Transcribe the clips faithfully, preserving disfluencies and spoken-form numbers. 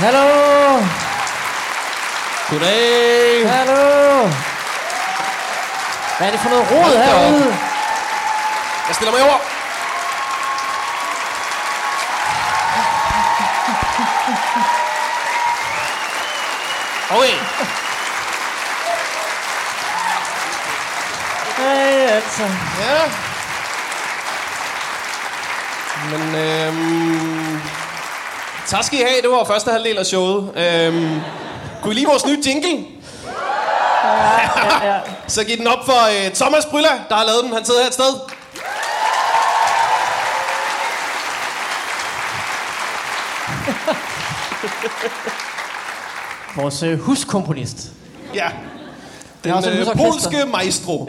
Hallo! Goddag! Hallo! Hvad er det for noget rod herude? Jeg stiller mig over. Okay. Hey, altså. Ja. Men øhm... tak skal I have. Det var første halvdel af showet. Øhm... Kunne I lide vores nye jingle? Ja, ja, ja. Så giv den op for øh, Thomas Brylla, der har lavet den. Han sidder her et sted. Vores øh, huskomponist. Ja. Det er også Den en øh, husorkester. polske maestro.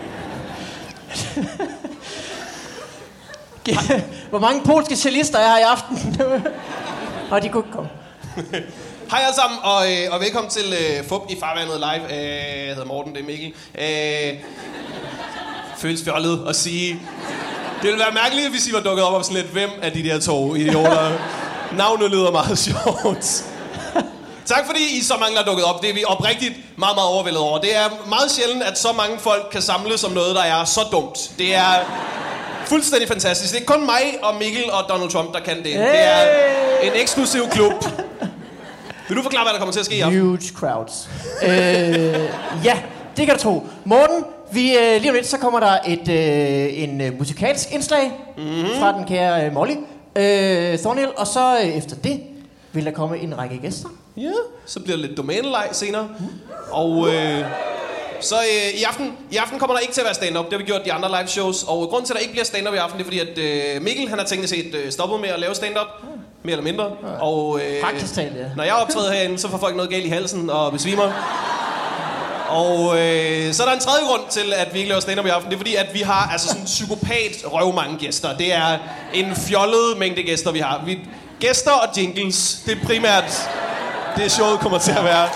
Hvor mange polske cellister er her i aften? Og de kunne ikke komme. Hej alle sammen, og, øh, og velkommen til øh, Fup i Farvandet Live. Øh, jeg hedder Morten, det er Mikkel. Øh, føles fjollet at sige... Det ville være mærkeligt, hvis I var dukket op om sådan lidt, hvem af de der to idioter. Navnet lyder meget sjovt. Tak fordi I så mange er dukket op. Det er vi oprigtigt meget, meget overvældet over. Det er meget sjældent, at så mange folk kan samles om noget, der er så dumt. Det er fuldstændig fantastisk. Det er kun mig og Mikkel og Donald Trump, der kan det. Hey! Det er en eksklusiv klub. Vil du forklare, hvad der kommer til at ske i aften? Huge crowds. øh, ja, det kan du tro. Morten, vi, øh, lige om lidt, så kommer der et, øh, en øh, musikalsk indslag mm-hmm. fra den kære øh, Molly øh, Thornhill. Og så øh, efter det vil der komme en række gæster. Ja, så bliver det lidt domæneleg senere. Mm. Og øh, så øh, i, aften, i aften kommer der ikke til at være stand-up. Det har vi gjort de andre live shows. Og grunden til, at der ikke bliver stand-up i aften, det er fordi, at øh, Mikkel han har tænkt set øh, stoppet med at lave stand-up. Mere eller mindre. Ja. Og øh, praktisk talt, ja. Når jeg optræder herinde, så får folk noget galt i halsen og besvimer. Og øh, så er der en tredje grund til, at vi ikke laver stand-up i aften. Det er fordi, at vi har altså sådan psykopat røvmange gæster. Det er en fjollet mængde gæster, vi har. Vi, gæster og jingles, det er primært det showet kommer til at være.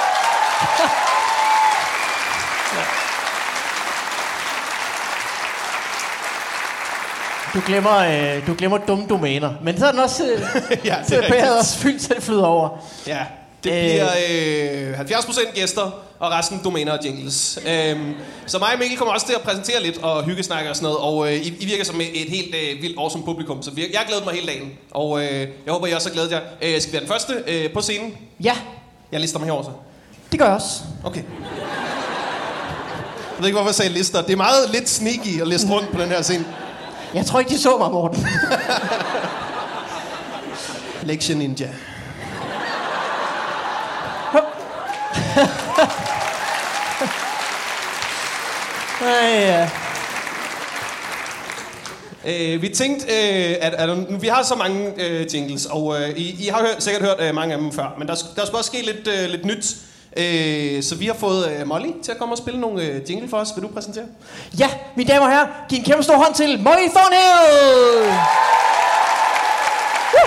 Du glemmer, øh, du glemmer dumme domæner. Men så er den også... Øh, ja, det er bæret også fyldt, så det flyder over. Ja, det bliver øh, halvfjerds procent gæster, og resten domæner og jingles. Øhm, så mig og Mikkel kommer også til at præsentere lidt og hyggesnakke og sådan noget. Og øh, I, I virker som et, et helt øh, vildt awesome publikum, så jeg har glædet mig hele dagen. Og øh, jeg håber, I også har glædet jer. Øh, jeg skal være den første øh, på scenen. Ja. Jeg lister mig herover så. Det gør jeg også. Okay. Jeg ved ikke, hvorfor jeg sagde lister. Det er meget lidt sneaky at liste rundt på den her scene. Jeg tror ikke, de så mig, Morten. Lektion Ninja. Nej, ja. Øh, vi tænkte, øh, at, at vi har så mange øh, jingles, og øh, I, I har hørt, sikkert hørt øh, mange af dem før, men der, der skal også ske lidt, øh, lidt nyt. Øh, så vi har fået øh, Molly til at komme og spille nogle øh, jingle for os. Vil du præsentere? Ja, mine damer og herrer, giv en kæmpe stor hånd til Molly Thornhill! Uh!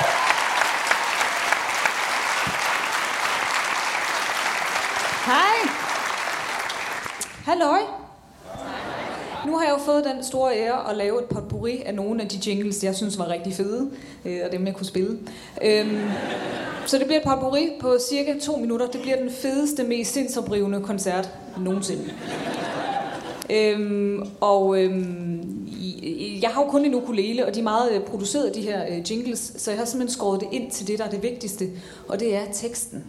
Hej! Halløj! Nu har jeg jo fået den store ære at lave et potpourri af nogle af de jingles, jeg synes var rigtig fede, øh, og dem jeg kunne spille. Øhm, så det bliver et potpourri på cirka to minutter. Det bliver den fedeste, mest sindsoprivende koncert nogensinde. Øhm, og øhm, jeg har jo kun en ukulele, og de er meget øh, produceret, de her øh, jingles, så jeg har simpelthen skåret det ind til det, der er det vigtigste, og det er teksten.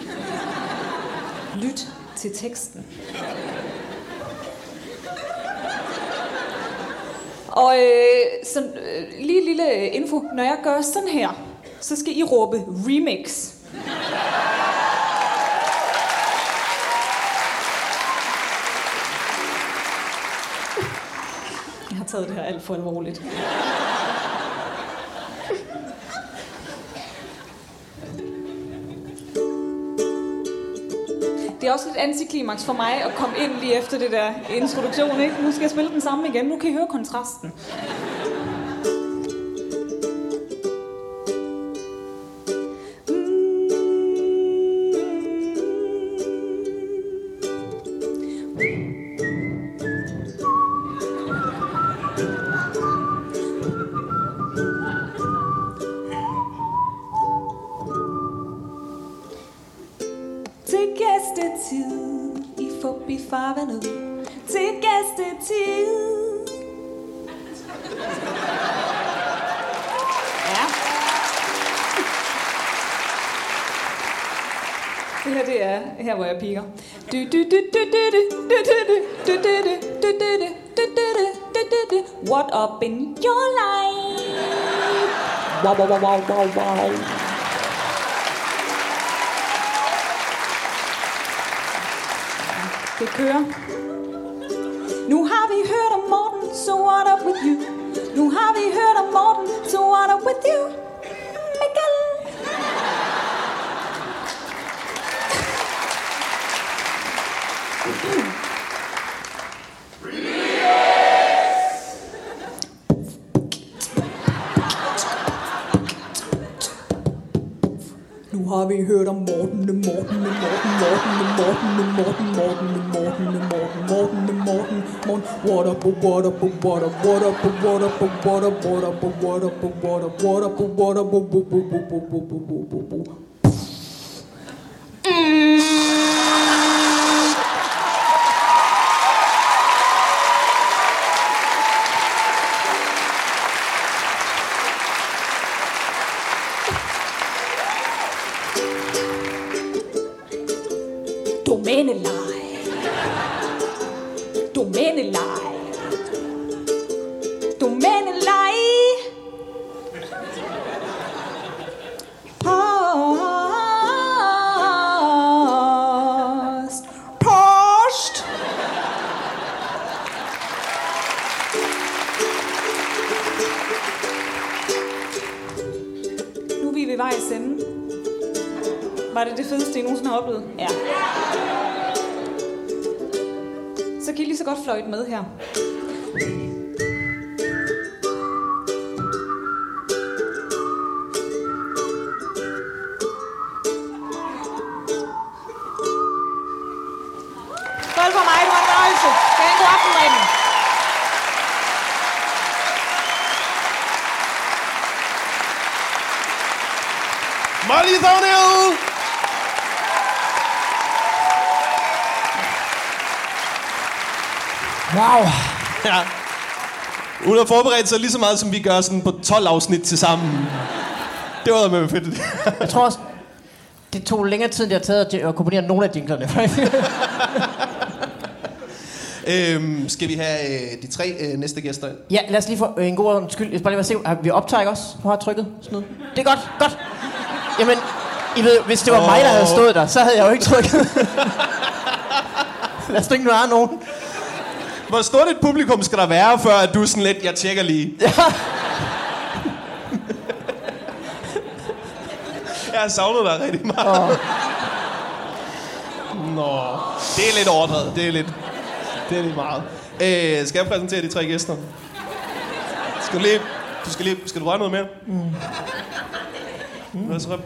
Lyt til teksten. Og øh, sådan, øh, lige en lille info. Når jeg gør sådan her, så skal I råbe remix. Jeg har taget det her alt for alvorligt. Det er også lidt antiklimaks for mig at komme ind lige efter det der introduktion, ikke? Nu skal jeg spille den samme igen. Nu kan I høre kontrasten. i farvandet til gæstetid. Ja. Det her, det er her, hvor jeg piker. What up in your life? Wow, wow, wow, wow, wow, wow. Det kører. Nu har vi hørt om Morten, so what up with you? Nu har vi hørt om Morten, so what up with you? Mikkel. Nu har vi hørt om Morten, Morten, Morten, Morten, Morten, Morten, Morten, Morten, Morten, Morten, Morten, Morten, what up, what up, what up, what up, what up, what up, what up, what up, what up, what up, what up, what up. Domænelej. Domænelej. Domænelej. Post. Post. Nu er vi ved vejs ende. Var det det fedeste, I nogensinde har oplevet? Ja. Så kan I lige så godt fløjte med her. Skål for mig, du har en fornøjelse. Skal I have en god aften, Rene? Molly Thornhill! Wow. Ja. Hun har forberedt sig lige så meget, som vi gør sådan på tolv afsnit til sammen. Det var da med fedt. Jeg tror også, det tog længere tid, end jeg har taget at komponere nogle af jinglerne. øhm, skal vi have øh, de tre øh, næste gæster? Ja, lad os lige få øh, en god undskyld. Jeg skal bare lige se, har vi optager ikke også? Nu har jeg trykket sådan noget. Det er godt, godt. Jamen, I ved, hvis det var oh. mig, der havde stået der, så havde jeg jo ikke trykket. Lad os ikke nu have nogen. Hvor stort et publikum skal der være, før at du er sådan lidt, jeg tjekker lige? Ja. Jeg har savnet dig rigtig meget. Oh. Nå, det er lidt overdrevet. Det er lidt, det er lidt meget. Øh, skal jeg præsentere de tre gæster? Skal du lige, du skal lige, skal du røre noget mere? Mm. Mm. Hvad så?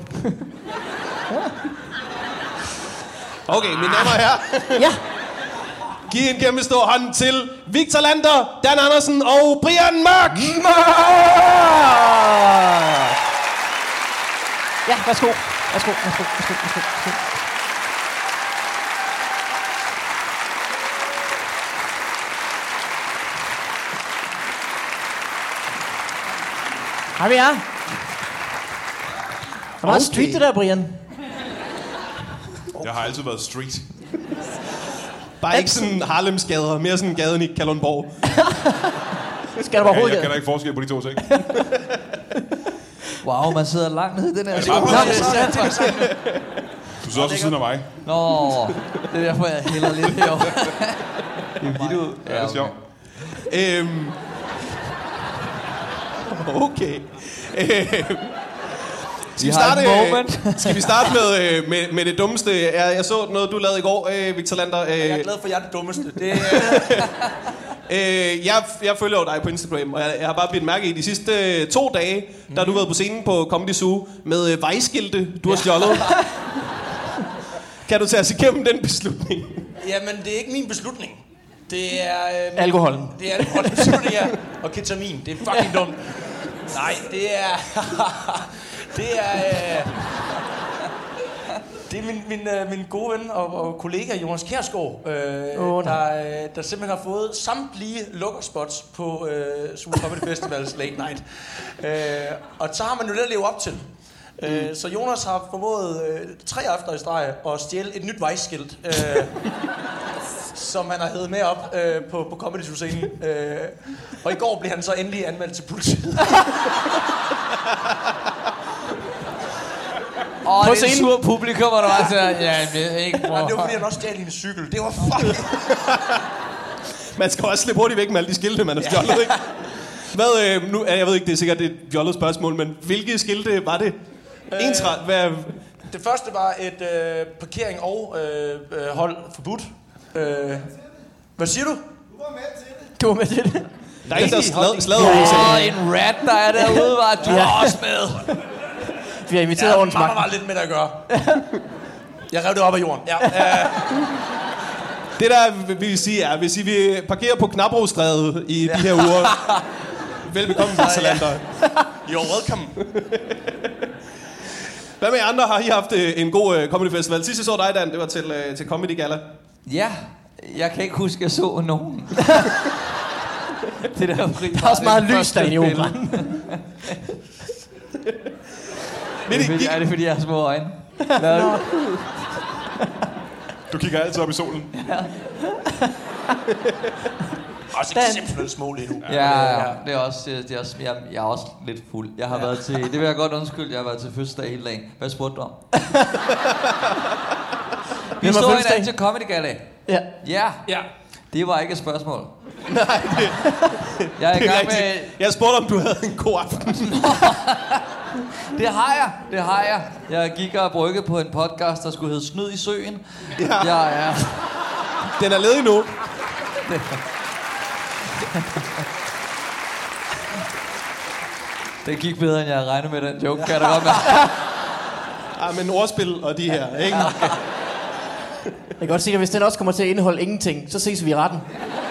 Okay, mine damer og herrer. Ja. Giv en kæmpe stor hånd til Victor Lander, Dan Andersen og Brian Mørk. Ja, værsgo. Værsgo, værsgo, værsgo, værsgo, værsgo. Hej vi er. Der var okay. Street det der, Brian. Jeg har altid været street. Bare ikke sådan Harlems gader, mere sådan gaden i Kalundborg. Skal der bare ja, jeg kan da ikke forskel på de to ting. Wow, man sidder langt nede i den her. Ja, du sidder også ved siden af mig. Nå, det er derfor, jeg hælder lidt herovre. Det er vidt ud. Ja, det er sjovt. Øhm. Okay. Øhm. Skal vi, starte, øh, skal vi starte med, øh, med, med det dummeste? Jeg, jeg så noget, du lavede i går, øh, Victor Lander. Øh, jeg er glad for, at jeg er det dummeste. Det, øh, jeg, jeg følger jo dig på Instagram, og jeg, jeg har bare blivet mærke i de sidste øh, to dage, mm. der har du været på scenen på Comedy Zoo med øh, vejskilte, du har stjålet. Kan du tage os igennem den beslutning? Jamen, det er ikke min beslutning. Det er... Øh, alkoholen. Det er alkoholen beslutning, ja. Og ketamin. Det er fucking dumt. Nej, det er... det er... Øh, Det er min, min, uh, min gode ven og, og kollega Jonas Kjærsgaard, øh, oh, der, der simpelthen har fået samtlige lukkerspots på øh, Zulu Comedy Festivals Late Night. Øh, og så har man jo det at leve op til. Mm. Øh, så Jonas har formået øh, tre aftener i streg at stjæle et nyt vejskilt, øh, som han har hævet med op øh, på, på Comedy Zoo-scenen. Øh, og i går blev han så endelig anmeldt til politiet. Åh, det er en sur publikum, og der var så... Ja, det er ikke... Nej, det var fordi, han også stjal i en cykel. Det var fucking... Man skal også slippe hurtigt væk med alle de skilte, man har stjålet, ikke? Hvad, øh, nu, jeg ved ikke, det er sikkert et fjollet spørgsmål, men hvilke skilte var det? Øh, Ensret, hvad... Det første var et øh, parkering og øh, hold forbudt. Øh, hvad siger du? Du var med til det. Du var med til det. Der er en, der slad, slad Åh, en rat, der er derude, var du ja. også med. Vi har inviteret ja, ordens mamma var lidt med at gøre. Jeg rev det op af jorden. Ja. Uh. Det der vil sige er, hvis I vil parkere på Knabrostrædet i ja. de her uger, velbekomme til Salander. You're welcome. Hvad med andre? Har I haft en god uh, comedy festival? Sidst jeg så dig, Dan, det var til, uh, til Comedy Gala. Ja, jeg kan ikke huske, at jeg så nogen. Det der, der er også meget lys derinde i operen. Er det, fordi, er det fordi, jeg har små øjne? No. Du kigger altid op i solen. Ja. Også exceptionelt små lige nu. Ja, ja, det er også, det er også jeg, jeg er også lidt fuld. Jeg har ja. været til, det vil jeg godt undskylde, jeg har været til fødselsdag hele dagen. Hvad spurgte du om? Vi stod i dag til Comedy Gala. Ja. Ja. Ja. Det var ikke et spørgsmål. Nej, det, jeg er i det er gang med... med... Jeg spurgte, om du havde en god aften. Det har jeg, det har jeg. Jeg gik og bryggede på en podcast, der skulle hedde Snyd i søen. Ja. Jeg er... Den er ledig nu. Det gik bedre, end jeg havde regnet med den joke, kan jeg da godt mærke. Ja, men ordspil og de her, ikke? Jeg kan godt sige, at hvis den også kommer til at indeholde ingenting, så ses vi i retten.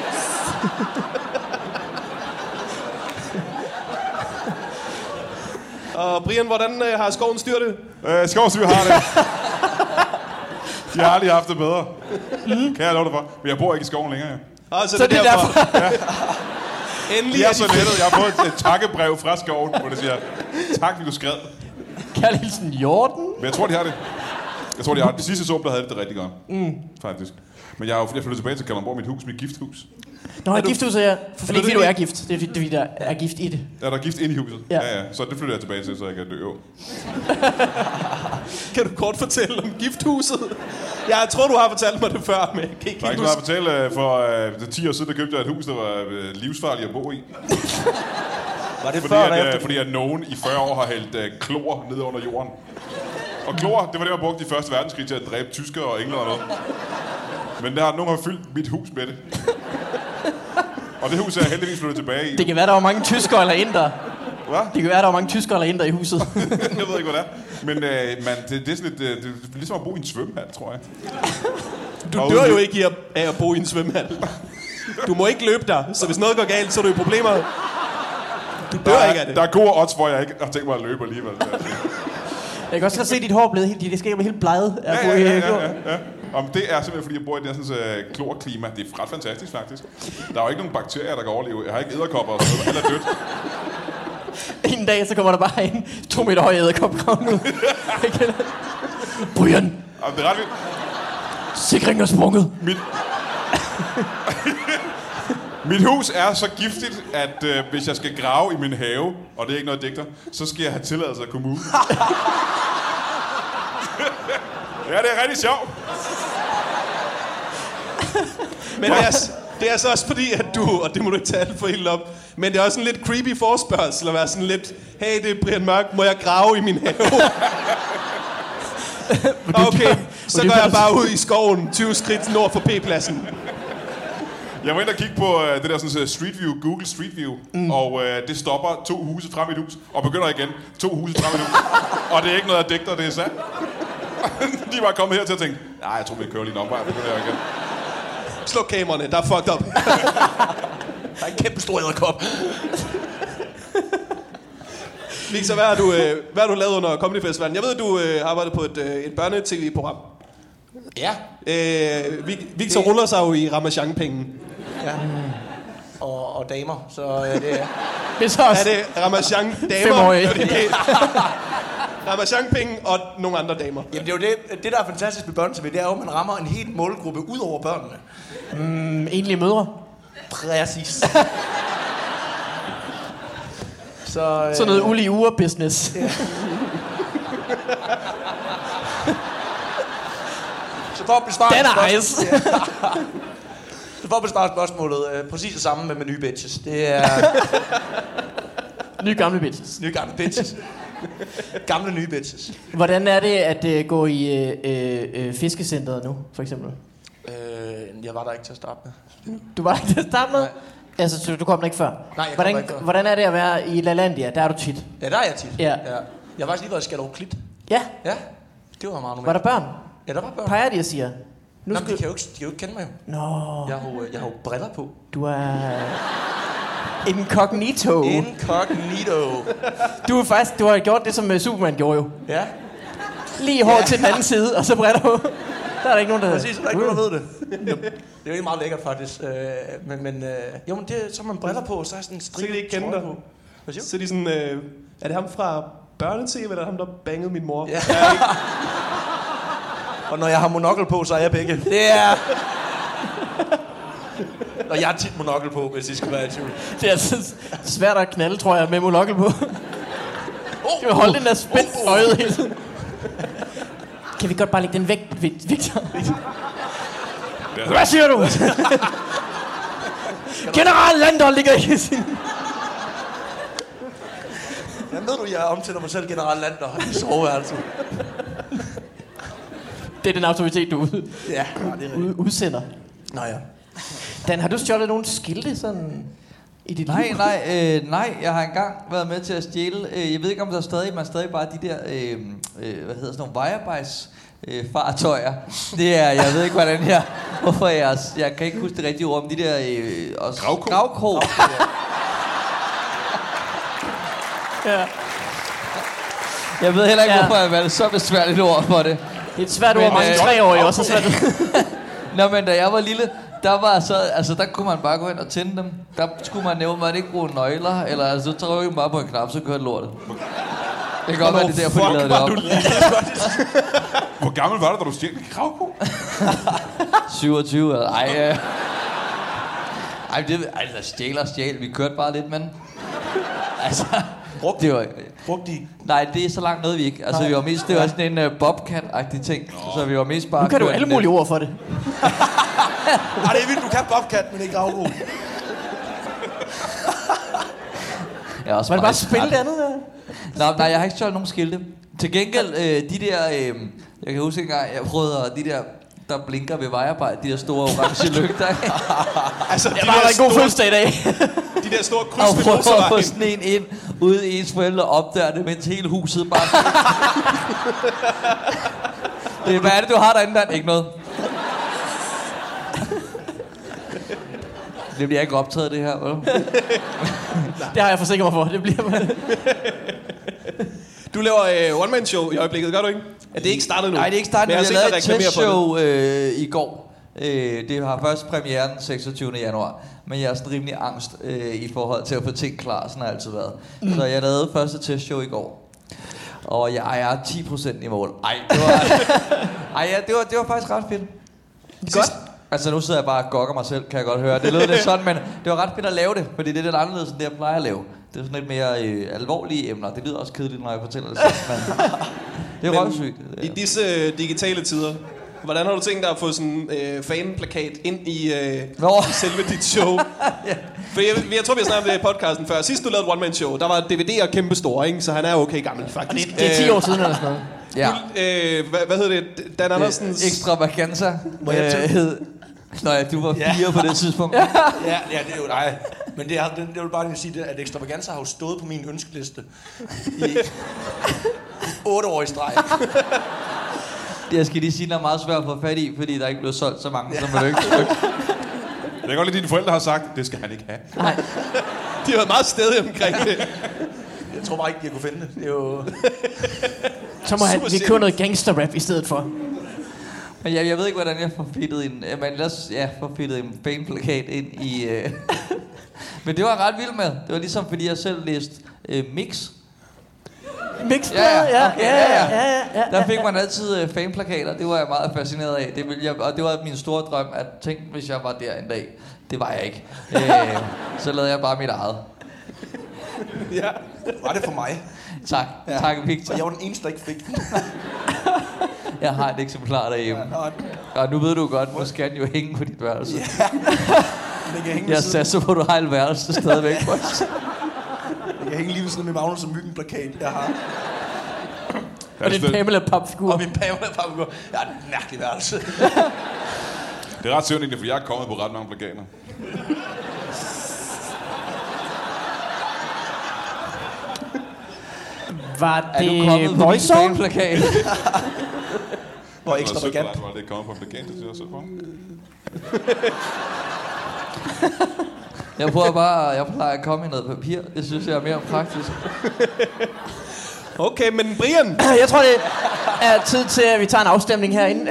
Og Brian, hvordan øh, har skoven styr det? Øh, Skovens Dyr har det. Jeg har aldrig haft det bedre. Mm. Kan jeg love dig for. Men jeg bor ikke i skoven længere, ja. Altså, så det er derfor. derfor. Ja. Endelig er, er så lettet. Jeg har fået et, et takkebrev fra skoven, hvor det siger, tak, fordi du skrev. Kærlig hilsen Jorden. Men jeg tror, de har det. Jeg tror, de har det. De sidste så, der havde det, det rigtig godt. Mm. Faktisk. Men jeg har jo flyttet tilbage til Kalundborg, mit hus, mit gifthus. Nå, er gifthuset, ja. For det er fordi, du er gift. Det er fordi, der er gift i det. Ja, der er gift inde i huset. Ja. ja, ja. Så det flytter jeg tilbage til, så jeg kan dø. Kan du kort fortælle om gifthuset? Jeg tror, du har fortalt mig det før, men jeg kan ikke Der er ikke så meget at fortælle. For uh, ti år siden, der købte jeg et hus, der var uh, livsfarligt at bo i. Var det fordi, før, at, uh, fordi at nogen i fyrre år har hældt uh, klor ned under jorden. Og klor, det var det, man brugte i første verdenskrig til at dræbe tyskere og englænder og noget. Men der har nogen har fyldt mit hus med det. Og det hus er jeg heldigvis flyttet tilbage i. Det kan være, der var mange tyskere eller indere. Hvad? Det kan være, der var mange tyskere eller indere i huset. Jeg ved ikke, hvad det er. Men øh, man, det, det er sådan lidt, det, det er ligesom at bo i en svømmehal, tror jeg. Du dør jo ikke af at bo i en svømmehal. Du må ikke løbe der, så hvis noget går galt, så er du i problemer. Du dør der er, ikke af det. Der er gode odds, hvor jeg ikke har tænkt mig at løbe alligevel. Jeg kan også se, at dit hår blevet helt, det skaber helt bleget. Ja, ja, ja, ja, ja, ja. Om det er simpelthen, fordi jeg bor i det sådan uh, klorklima. Det er ret fantastisk, faktisk. Der er jo ikke nogen bakterier, der kan overleve. Jeg har ikke edderkopper og sådan noget. Alt er dødt. En dag, så kommer der bare en to meter høj edderkop ud. Brian! Jamen, det er ret vildt. Sikringen er sprunget. Mit... Mit hus er så giftigt, at øh, hvis jeg skal grave i min have, og det er ikke noget digter, så skal jeg have tilladelse af kommunen. Ja, det er rigtig sjovt. Men det er, det er så også fordi, at du, og det må du ikke tage alt for helt op, men det er også en lidt creepy forspørgsel at være sådan lidt, hey, det er Brian Mørk, må jeg grave i min have? Okay, så går jeg bare ud i skoven, tyve skridt nord for P-pladsen. Jeg var inde og kigge på uh, det der sådan, uh, Street View, Google Street View, mm. og uh, det stopper to huse frem i et hus, og begynder igen, to huse frem i et hus. Og det er ikke noget, jeg digter, det er sandt. De var kommet her til at tænke, nej, jeg tror, vi kører lige en omvej, og begynder jeg igen. Sluk kameraerne, der er fucked up. Der er en kæmpe stor edderkop. Victor, hvad har du, øh, hvad har du lavet under Comedy Festivalen? Jeg ved, at du øh, har arbejdet på et, øh, et børne-tv-program. Ja. Øh, Victor det... ruller sig jo i Ramachan-penge. Ja. Og, og damer, så øh, det er... Det er også er det Ramachan-damer? femårige. Ramachan-penge og nogle andre damer. Jamen det er jo det, det der er fantastisk med børne-tv, det er jo, at man rammer en helt målgruppe ud over børnene. Mm, enlige mødre. Præcis. Så, øh, Sådan noget ulige uger-business. Ja. Så for at besvare Den er spørgsmål- ice. Ja. Så for at besvare spørgsmålet, øh, præcis det samme med, med nye bitches. Det er Nye gamle bitches. nye gamle bitches. Gamle nye bitches. Hvordan er det at uh, gå i øh, øh, fiskecentret nu, for eksempel? Øh, jeg var der ikke til at starte med. Du var ikke til at starte med? Nej. Altså, så du kom der ikke før? Nej, jeg kom hvordan, der ikke før. Hvordan er det at være i LaLandia? Der er du tit. Ja, der er jeg tit. Ja. ja. Jeg har faktisk lige været i Skallerup Klit. Ja. Ja, det var meget normalt. Var der børn? Ja, der var børn. Peger de og siger? Nu Nå, skal... de, kan jo ikke, de kan jo ikke kende mig jo. Nå, Jeg har jo, jeg har jo briller på. du er... Incognito. Incognito. Du er faktisk, du har gjort det, som uh, Superman gjorde jo. Ja, Lige hår Ja. til den anden side, og så briller på. Der er der ikke nogen, der... præcis. Så der er ikke nogen, der ved det. Det er jo ikke meget lækkert, faktisk. Øh, men, men øh, jo, men det, så har man briller på, og så er sådan en Så kan de ikke kende dig. på. Hvad siger du? Så er de sådan, øh, er det ham fra børne-tv, eller er det ham, der bangede min mor? Ja. Og når jeg har monokkel på, så er jeg begge. Det er... Og jeg har tit monokkel på, hvis I skal være i tvivl. Det er altså svært at knalde, tror jeg, med monokkel på. Du vil holde den der spændt øjet hele tiden. Kan vi godt bare lægge den væk, Victor? Hvad siger du? General Lander ligger i sin... Jeg ved du, jeg omtaler mig selv general Lander i soveværelset. Det er den autoritet, du ud, Ja, det er ud, rigtigt. udsender. Nå ja. Dan, har du stjålet nogle skilte sådan i dit Nej, liv? nej, øh, nej. Jeg har engang været med til at stjæle. Øh, jeg ved ikke, om der er stadig, man stadig bare de der, øh, øh, hvad hedder sådan nogle vejarbejds øh, fartøjer. Det er, jeg ved ikke, hvordan jeg, hvorfor jeg, jeg kan ikke huske det rigtige ord, om de der, øh, også, Gravko. Gravko. Ja. Jeg ved heller ikke, Ja. hvorfor jeg valgte så besværligt ord for det. Det er et svært ord, Men, mange øh, treårige også har svært. Nå, men da jeg var lille, der var så, altså der kunne man bare gå ind og tænde dem. Der skulle man nævne, man ikke bruge nøgler, eller altså, så trykkede man bare på en knap, så kørte lortet. Det kan godt være, det er derfor, de lavede det op. Hvor gammel var du, da du stjal Gravko? syvogtyve, eller ej. Øh. Ej, det altså stjæl og stjæl. Vi kørte bare lidt, men altså, Brugte det var Brugte de... nej, det er så langt noget vi ikke. Altså, vi var mest det var sådan en uh, bobcat-agtig ting, så vi var mest bare. Nu kan du kørt alle lidt. mulige ord for det. Ej, det er vildt, du kan bobcat, men ikke gravko. Jeg er også Var det bare meget spille træt. det andet der? Nå, nej, jeg har ikke stjålet nogen skilte. Til gengæld, øh, de der, øh, jeg kan huske engang, jeg prøvede at- de der, der blinker ved vejarbejde, de der store orange lygter. Altså, Det var en god fødselsdag i dag. de der store Og kryds ved prøve at få motorvejen. sådan en ind, ude i ens forældre opdager det, mens hele huset bare... det, hvad er det, du har derinde, Dan? Ikke noget. Det bliver ikke optaget, det her, vel? Det har jeg forsikret mig for. Det bliver... Du laver øh, one-man-show i øjeblikket, gør du ikke? Er det ikke startet nu? Nej, det er ikke startet. Men Jeg jeg har har lavet set dig et reklamere for det. testshow øh, i går. Øh, det har først premiere den seksogtyvende januar. Men jeg er sådan rimelig angst øh, i forhold til at få ting klar. Sådan har jeg altid været. Mm. Så jeg lavede første testshow i går. Og jeg er ti procent i mål. Ej, det var, ej, ja, det var, det var faktisk ret fedt. Godt. Altså nu sidder jeg bare og gokker mig selv, kan jeg godt høre. Det lød lidt sådan, men det var ret fedt at lave det. Fordi det er lidt anderledes, end det jeg plejer at lave. Det er sådan lidt mere øh, alvorlige emner. Det lyder også kedeligt, når jeg fortæller det selv. Men det er Men røvsygt. I disse øh, digitale tider, hvordan har du tænkt dig at få sådan en øh, fanplakat ind i, øh, Nå. i selve dit show? Ja. For jeg, jeg tror, vi har snakket om det i podcasten før. Sidst du lavede et one-man-show, der var D V D'er kæmpestore, ikke? Så han er okay gammel, faktisk. Det, det er ti år siden eller sådan noget. Ja. Øh, hvad, hvad hedder det? Dan Andersens... Extravaganza. Må jeg tage- øh, hed... Nå ja, du var fire Ja. på det tidspunkt. Ja, ja, det er jo dig. Men det, er, det, det vil bare lige sige, det, at Extravaganza har jo stået på min ønskeliste i, i otte år i streg. Jeg skal lige sige, at det er meget svært at få fat i, fordi der ikke blev solgt så mange, ja. som man ikke tryk. Jeg kan godt lide, at dine forældre har sagt, det skal han ikke have. Nej. De har været meget stedige omkring det. Jeg tror bare ikke, jeg kunne finde det. Det er jo... Så må han, vi køre noget gangster-rap i stedet for. Men jeg, jeg ved ikke, hvordan jeg får fittet en, men lad os, ja, får fittet en fanplakat ind i... Øh. Men det var ret vildt med. Det var ligesom, fordi jeg selv læste øh, Mix. Mix, ja, ja, ja, okay, ja, ja, ja, ja, ja. Der fik man altid øh, fanplakater. Det var jeg meget fascineret af. Det ville jeg, og det var min store drøm, at tænk, hvis jeg var der en dag. Det var jeg ikke. Øh, så lavede jeg bare mit eget. Ja. Var det for mig? Tak. Ja. Tak, Victor. Og jeg var den eneste, der ikke fik den. Jeg har et eksemplar derhjemme. Ja, og nu ved du godt, nu skal den jo hænge på dit værelse. Ja. Den kan hænge jeg satser på, at du har et værelse stadigvæk. Jeg kan hænge lige ved sådan med Magnus og Myggen plakat, jeg har. Og din Pamela-papfigur. Og min Pamela-papfigur. Jeg har et mærkeligt værelse. Det er ret søvnligt, for jeg er kommet på ret mange plakater. Var det er du kommet på din fanplakat? Hvor ekstravagant. Var det kommet på en plakat, det ser jeg selv for. Jeg prøver bare, jeg plejer at komme i noget papir. Det synes jeg er mere praktisk. Okay, men Brian... Jeg tror, det er tid til, at vi tager en afstemning herinde.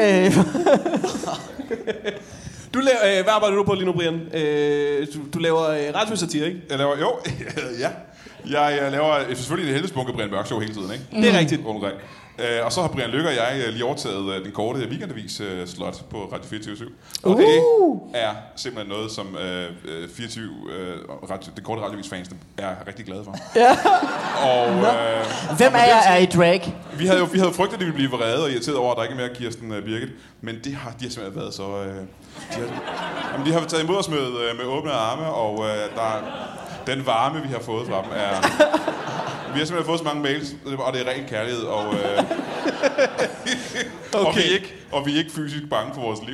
Du laver, øh, hvad arbejder du på lige nu, Brian? Øh, du, du laver øh, radiosatire, ikke? Jeg laver, jo, ja. Jeg, jeg laver selvfølgelig det helvedesbunke Brian Mørk Show hele tiden, ikke? Mm. Det er rigtigt. Uh, og så har Brian Lykke og jeg uh, lige overtaget uh, den korte weekendavis uh, slot på Radio fireogtyve syv. Og uh. det er simpelthen noget, som uh, fireogtyve, uh, radio, den korte radiovis fans er rigtig glade for. Ja. Og, uh, Hvem af jer er i drag? Vi havde jo vi havde frygtet, at de ville blive vrede og irriteret over, at der ikke er mere Kirsten uh, Birgit. Men det har, de har simpelthen været så... Uh, de, har, jamen, de har taget imod os med, uh, med åbne arme, og uh, der, den varme, vi har fået fra dem, er... Vi har simpelthen fået så mange mails, og det er ren kærlighed, og, øh, okay. og, vi er ikke, og vi er ikke fysisk bange for vores liv.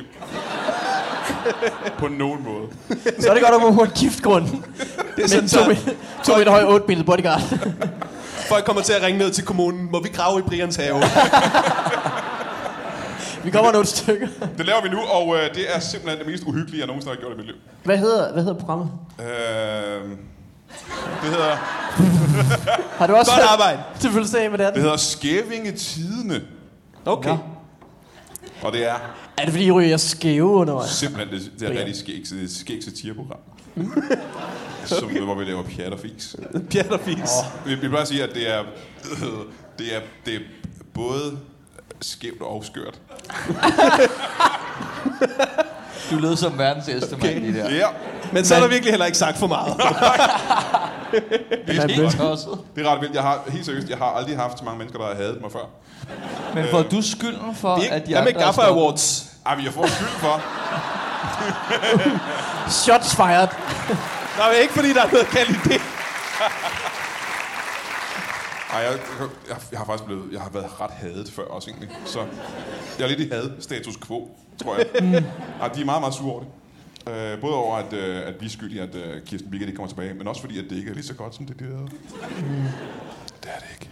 På nogen måde. Så er det godt at få en giftgrund. Det er sådan, to, meter, to meter høj, otte meter bodyguard. Folk kommer til at ringe ned til kommunen. Må vi grave i Brians have? Vi kommer nogle stykker. Det laver vi nu, og øh, det er simpelthen det mest uhyggelige, jeg nogensinde har gjort i mit liv. Hvad hedder, hvad hedder programmet? Øh, det hedder... Har du også godt arbejde til fødselsdag med det? Det hedder Skævinge Tidene. Okay. Ja. Og det er... Er det fordi, I ryger skæve undervejs? Simpelthen, det, det er rigtig skæg, det er skæg satireprogram. Som, hvor vi laver pjat og fis. Pjat og fis. Oh. Vi, vi plejer at sige, at det er, øh, det er, det er både skævt og skørt. Du lød som verdens ældste okay. mand i der. Ja. Men så er der virkelig heller ikke sagt for meget. det, er helt, det er ret vildt. Jeg har, helt seriøst, jeg har aldrig haft så mange mennesker, der har hadet mig før. Men får du skylden for, ikke, at de andre... Hvad med Gaffa Awards? Ej, jeg får skylden for. Shots fired. Nej, ikke fordi der er noget galt i det. Ej, jeg, jeg, jeg har faktisk blevet, jeg har været ret hadet før også egentlig. Så jeg er lidt i had status quo, tror jeg. Mm. Ej, de er meget, meget sure over det. Uh, både over, at, uh, at vi er skyldige, at uh, Kirsten Birgit ikke kommer tilbage, men også fordi, at det ikke er lige så godt, som det der. Mm. Det er det ikke.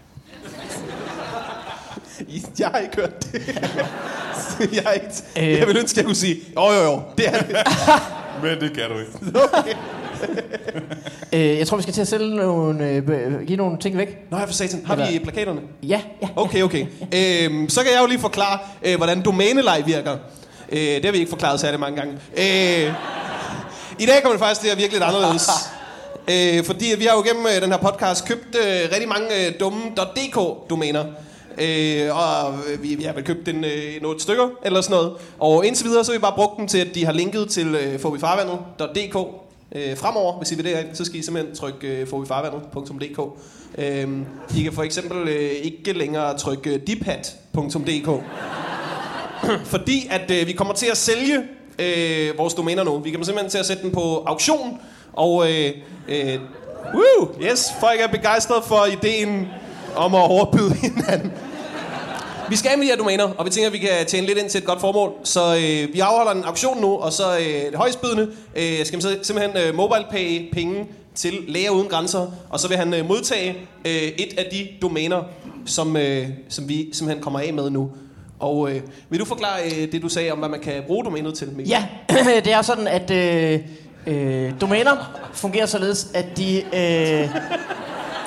Jeg har ikke hørt det. jeg, har ikke... øh... jeg vil ønske, at jeg kunne sige, jo jo jo, det er det. Men det kan du ikke. Okay. øh, jeg tror, vi skal til at sælge nogle, øh, give nogle ting væk. Nå, jeg for satan. Har vi plakaterne? Ja, ja. Okay, okay. øhm, så kan jeg jo lige forklare, øh, hvordan domænelej virker. Øh, det har vi ikke forklaret særlig mange gange. Øh, I dag kommer det faktisk til at virke lidt anderledes. øh, fordi vi har jo gennem øh, den her podcast købt øh, rigtig mange øh, dumme .dk-domæner. Øh, og vi, vi har vel købt en, øh, nogle stykker eller sådan noget. Og indtil videre så har vi bare brugt dem til, at de har linket til øh, fobifarvandet punktum d k. Øh, fremover, hvis I vil derind, så skal I simpelthen trykke øh, fobifarvandet punktum d k. Øh, I kan for eksempel øh, ikke længere trykke øh, diphat punktum d k. Fordi at øh, vi kommer til at sælge øh, vores domæner nu. Vi kommer simpelthen til at sætte den på auktion. Og øh, øh, woo, yes, folk er begejstrede for ideen om at overbyde hinanden. Vi skal af med de her domæner, og vi tænker, at vi kan tjene lidt ind til et godt formål. Så øh, vi afholder en auktion nu, og så øh, det højstbydende øh, skal man simpelthen øh, MobilePay penge til Læger Uden Grænser, og så vil han øh, modtage øh, et af de domæner, som, øh, som vi simpelthen kommer af med nu. Og øh, vil du forklare øh, det, du sagde om, hvad man kan bruge domænet til, Mikkel? Ja, det er sådan, at øh, øh, domæner fungerer således, at de... Øh,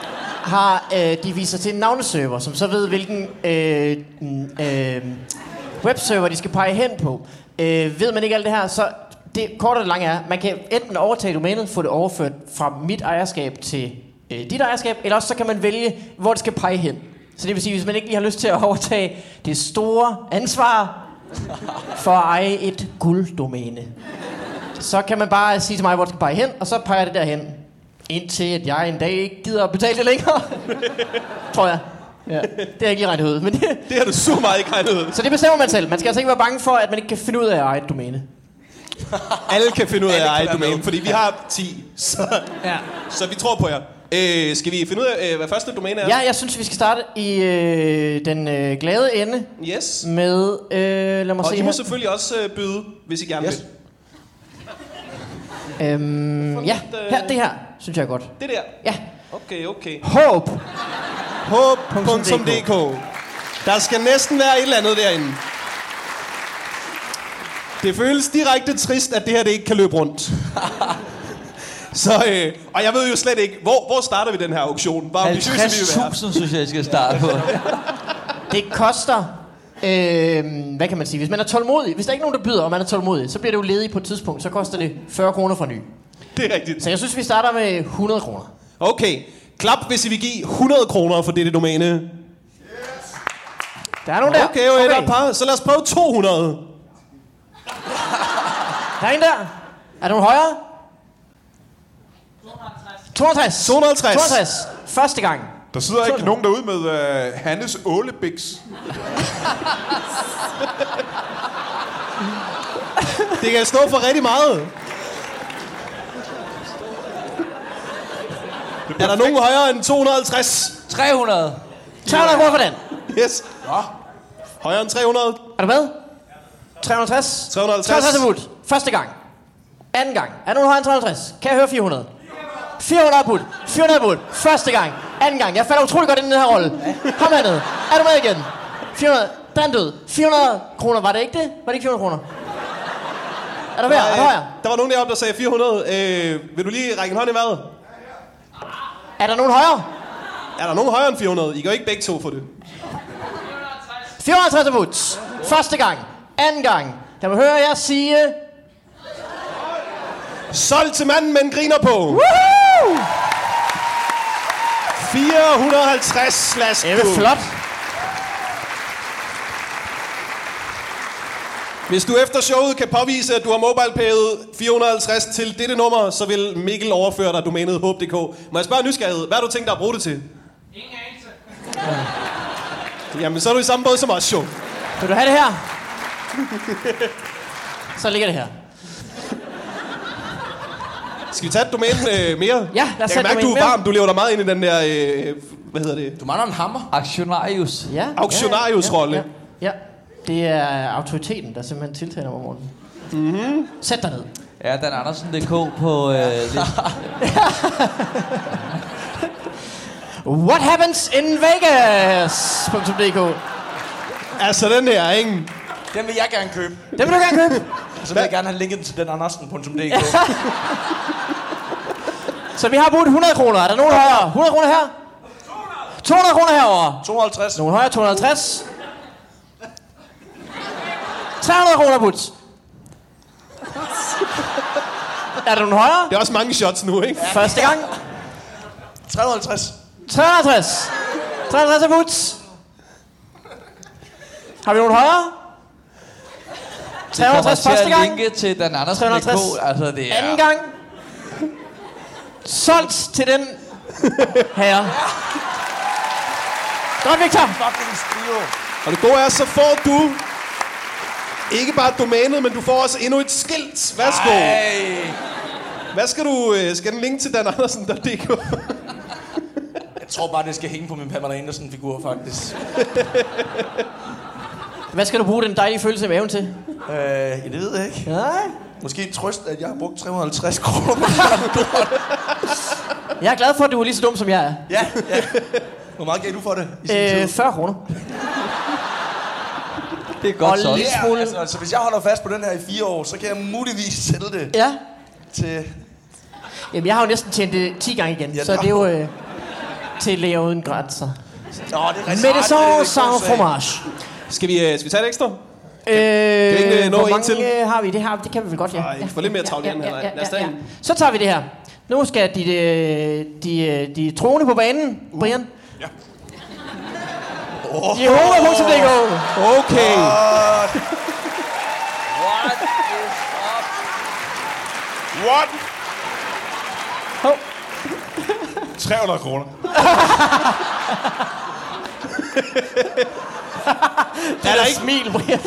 har øh, de viser til en navneserver, som så ved, hvilken øh, øh, webserver de skal pege hen på. Øh, ved man ikke alt det her, så det korte og det lange er, man kan enten overtage domænet, få det overført fra mit ejerskab til øh, dit ejerskab, eller også så kan man vælge, hvor det skal pege hen. Så det vil sige, hvis man ikke lige har lyst til at overtage det store ansvar for at eje et gulddomæne, så kan man bare sige til mig, hvor det skal pege hen, og så peger det derhen. Indtil at jeg en dag ikke gider at betale det længere. Tror jeg. Ja. Det har jeg ikke lige regnet ud. Men det, Det har du så meget ikke regnet ud. så det bestemmer man selv. Man skal altså ikke være bange for, at man ikke kan finde ud af at eje et domæne. Alle kan finde ud af Alle at eje kan et være domæne, med. fordi vi har ti. Så, Ja. så vi tror på jer. Øh, skal vi finde ud af, øh, hvad første domæne er? Ja, jeg synes, vi skal starte i øh, den øh, glade ende Yes. med... Øh, lad mig Og se I må her. selvfølgelig også øh, byde, hvis I gerne Yes. vil. Øhm, ja, her, det her synes jeg er godt. Det der. Ja. Okay, okay. Håb. håb punktum d k. Der skal næsten være et eller andet derinde. Det føles direkte trist, at det her det ikke kan løbe rundt. Så, øh, og jeg ved jo slet ikke, hvor, hvor starter vi den her auktion? Hvor ambitiøse vi halvtreds vil være. tusind synes jeg, jeg skal starte på. Det koster... Øh, hvad kan man sige? Hvis man er tålmodig, hvis der er ikke nogen, der byder, og man er tålmodig, så bliver det jo ledig på et tidspunkt, så koster det fyrre kroner for ny. Det er rigtigt. Så jeg synes, vi starter med hundrede kroner. Okay, klap hvis I vil give hundrede kroner for dette domæne. Der er nogen der. Okay, okay, der er et par. Så lad os prøve to hundrede. Der er en der. Er der nogen højere? to hundrede og halvtreds. to hundrede og halvtreds. to hundrede og halvtreds. Første gang. Der sidder ikke nogen derude med uh, Hannes Ålebiks. Det kan stå for rigtig meget. Er der nogen højere end to hundrede og halvtreds? tre hundrede. tre hundrede kroner for den. Yes. Højere end tre hundrede? Er du med? tre hundrede og halvtreds. tre hundrede og halvtreds. tre hundrede og halvtreds er budt. Første gang. Anden gang. Er der nogen højere end tre hundrede og halvtreds? Kan jeg høre fire hundrede? fire hundrede er budt. fire hundrede er budt. Første gang. Anden gang. Jeg falder utrolig godt ind i den her rolle. Kom herned. Er du med igen? fire hundrede. Der er en død. fire hundrede kroner. Var det ikke det? Var det ikke fire hundrede kroner? Er du ved? Er du højere? Der var nogen deroppe, der sagde fire hundrede. Øh, vil du lige række en hånd i vejret? Er der nogen højere? Er der nogen højere end fire hundrede? I kan jo ikke begge to for det. fire hundrede og halvtreds er budt. Første gang. Anden gang. Der må høre jer sige... Solgt til manden, men griner på. Woohoo! fire hundrede og halvtreds slash Det er flot. Hvis du efter showet kan påvise, at du har mobilepayet fire hundrede og halvtreds til dette nummer, så vil Mikkel overføre dig domænet håb punktum d k. Må jeg spørge nysgerrighed? Hvad har du tænkt dig at bruge det til? Ingen anelse. Jamen, så er du i samme båd som os, jo. Vil du have det her? Så ligger det her. Skal vi tage et domæne øh, mere? Ja, lad os Jeg tage kan et mærke, du domæne er mere. varm. Du lever dig meget ind i den der... Øh, hvad hedder det? Du mangler en hammer. Aktionarius. Ja. Auktionarius-rolle. Ja, ja, ja. Det er autoriteten, der simpelthen tiltaler mig, Morten. Mm-hmm. Sæt dig ned. Ja, Dan Andersen punktum d k på... Øh, lidt. What happens in Vegas punktum d k. Altså, den her, ikke? Den vil jeg gerne købe. Det vil du gerne købe. Så vil jeg gerne have linket til den andersen punktum d k. Så vi har budt hundrede kroner. Er der nogen højere? hundrede kroner her? to hundrede kroner herovre. to hundrede og halvtreds. Nogen højere? to hundrede og halvtreds. tre hundrede kroner budt. Er der nogen højere? Det er også mange shots nu, ikke? Første gang. tre hundrede og halvtreds. tre hundrede og halvtreds. tre hundrede og halvtreds er budt. Har vi nogen højere? tre hundrede og halvtreds til første at gang. linke til Dan Andersen tre hundrede og punktum d halvtreds. k. Altså, det er... Anden gang. Solgt til den herre. Godt, Victor. Fucking styre. Og det gode er, så får du ikke bare domænet, men du får også endnu et skilt. Værsgo. Ej. Hvad skal du... øh, Skal den linke til Dan Andersen punktum d k? Jeg tror bare, det skal hænge på min Pamela Andersen-figur, faktisk. Hvad skal du bruge den dejlige følelse i maven til? Øh, ja, det ved jeg ikke. Nej. Måske trøst, at jeg har brugt tre hundrede og halvtreds kroner på Jeg er glad for, at du er lige så dum, som jeg er. Ja, ja. Hvor meget gav du for det i sin Øh, tid? fyrre kroner. Det er godt Og så. lige- Ja, smule- altså, altså, hvis jeg holder fast på den her i fire år, så kan jeg muligvis sælge det Ja. til... Jamen, jeg har jo næsten tjent det ti gange igen, Ja, så det er jo... Øh... til Læger Uden Grænser. Nå, det er rigtig Médecins sans fromage. Skal vi, øh, skal vi tage et ekstra? Øh, vi ikke nå hvor en mange til? øh, har vi? Det, har, det kan vi vel godt, ja. Ej, få lidt mere travlt i den her. Lad os tage en. Så tager vi det her. Nu skal de, de, de, de troende på banen, Brian. Ja. Oh. Jehova punktum d k. Okay. What is up? What? Hov. tre hundrede kroner. Det er der ikke smil, Brian.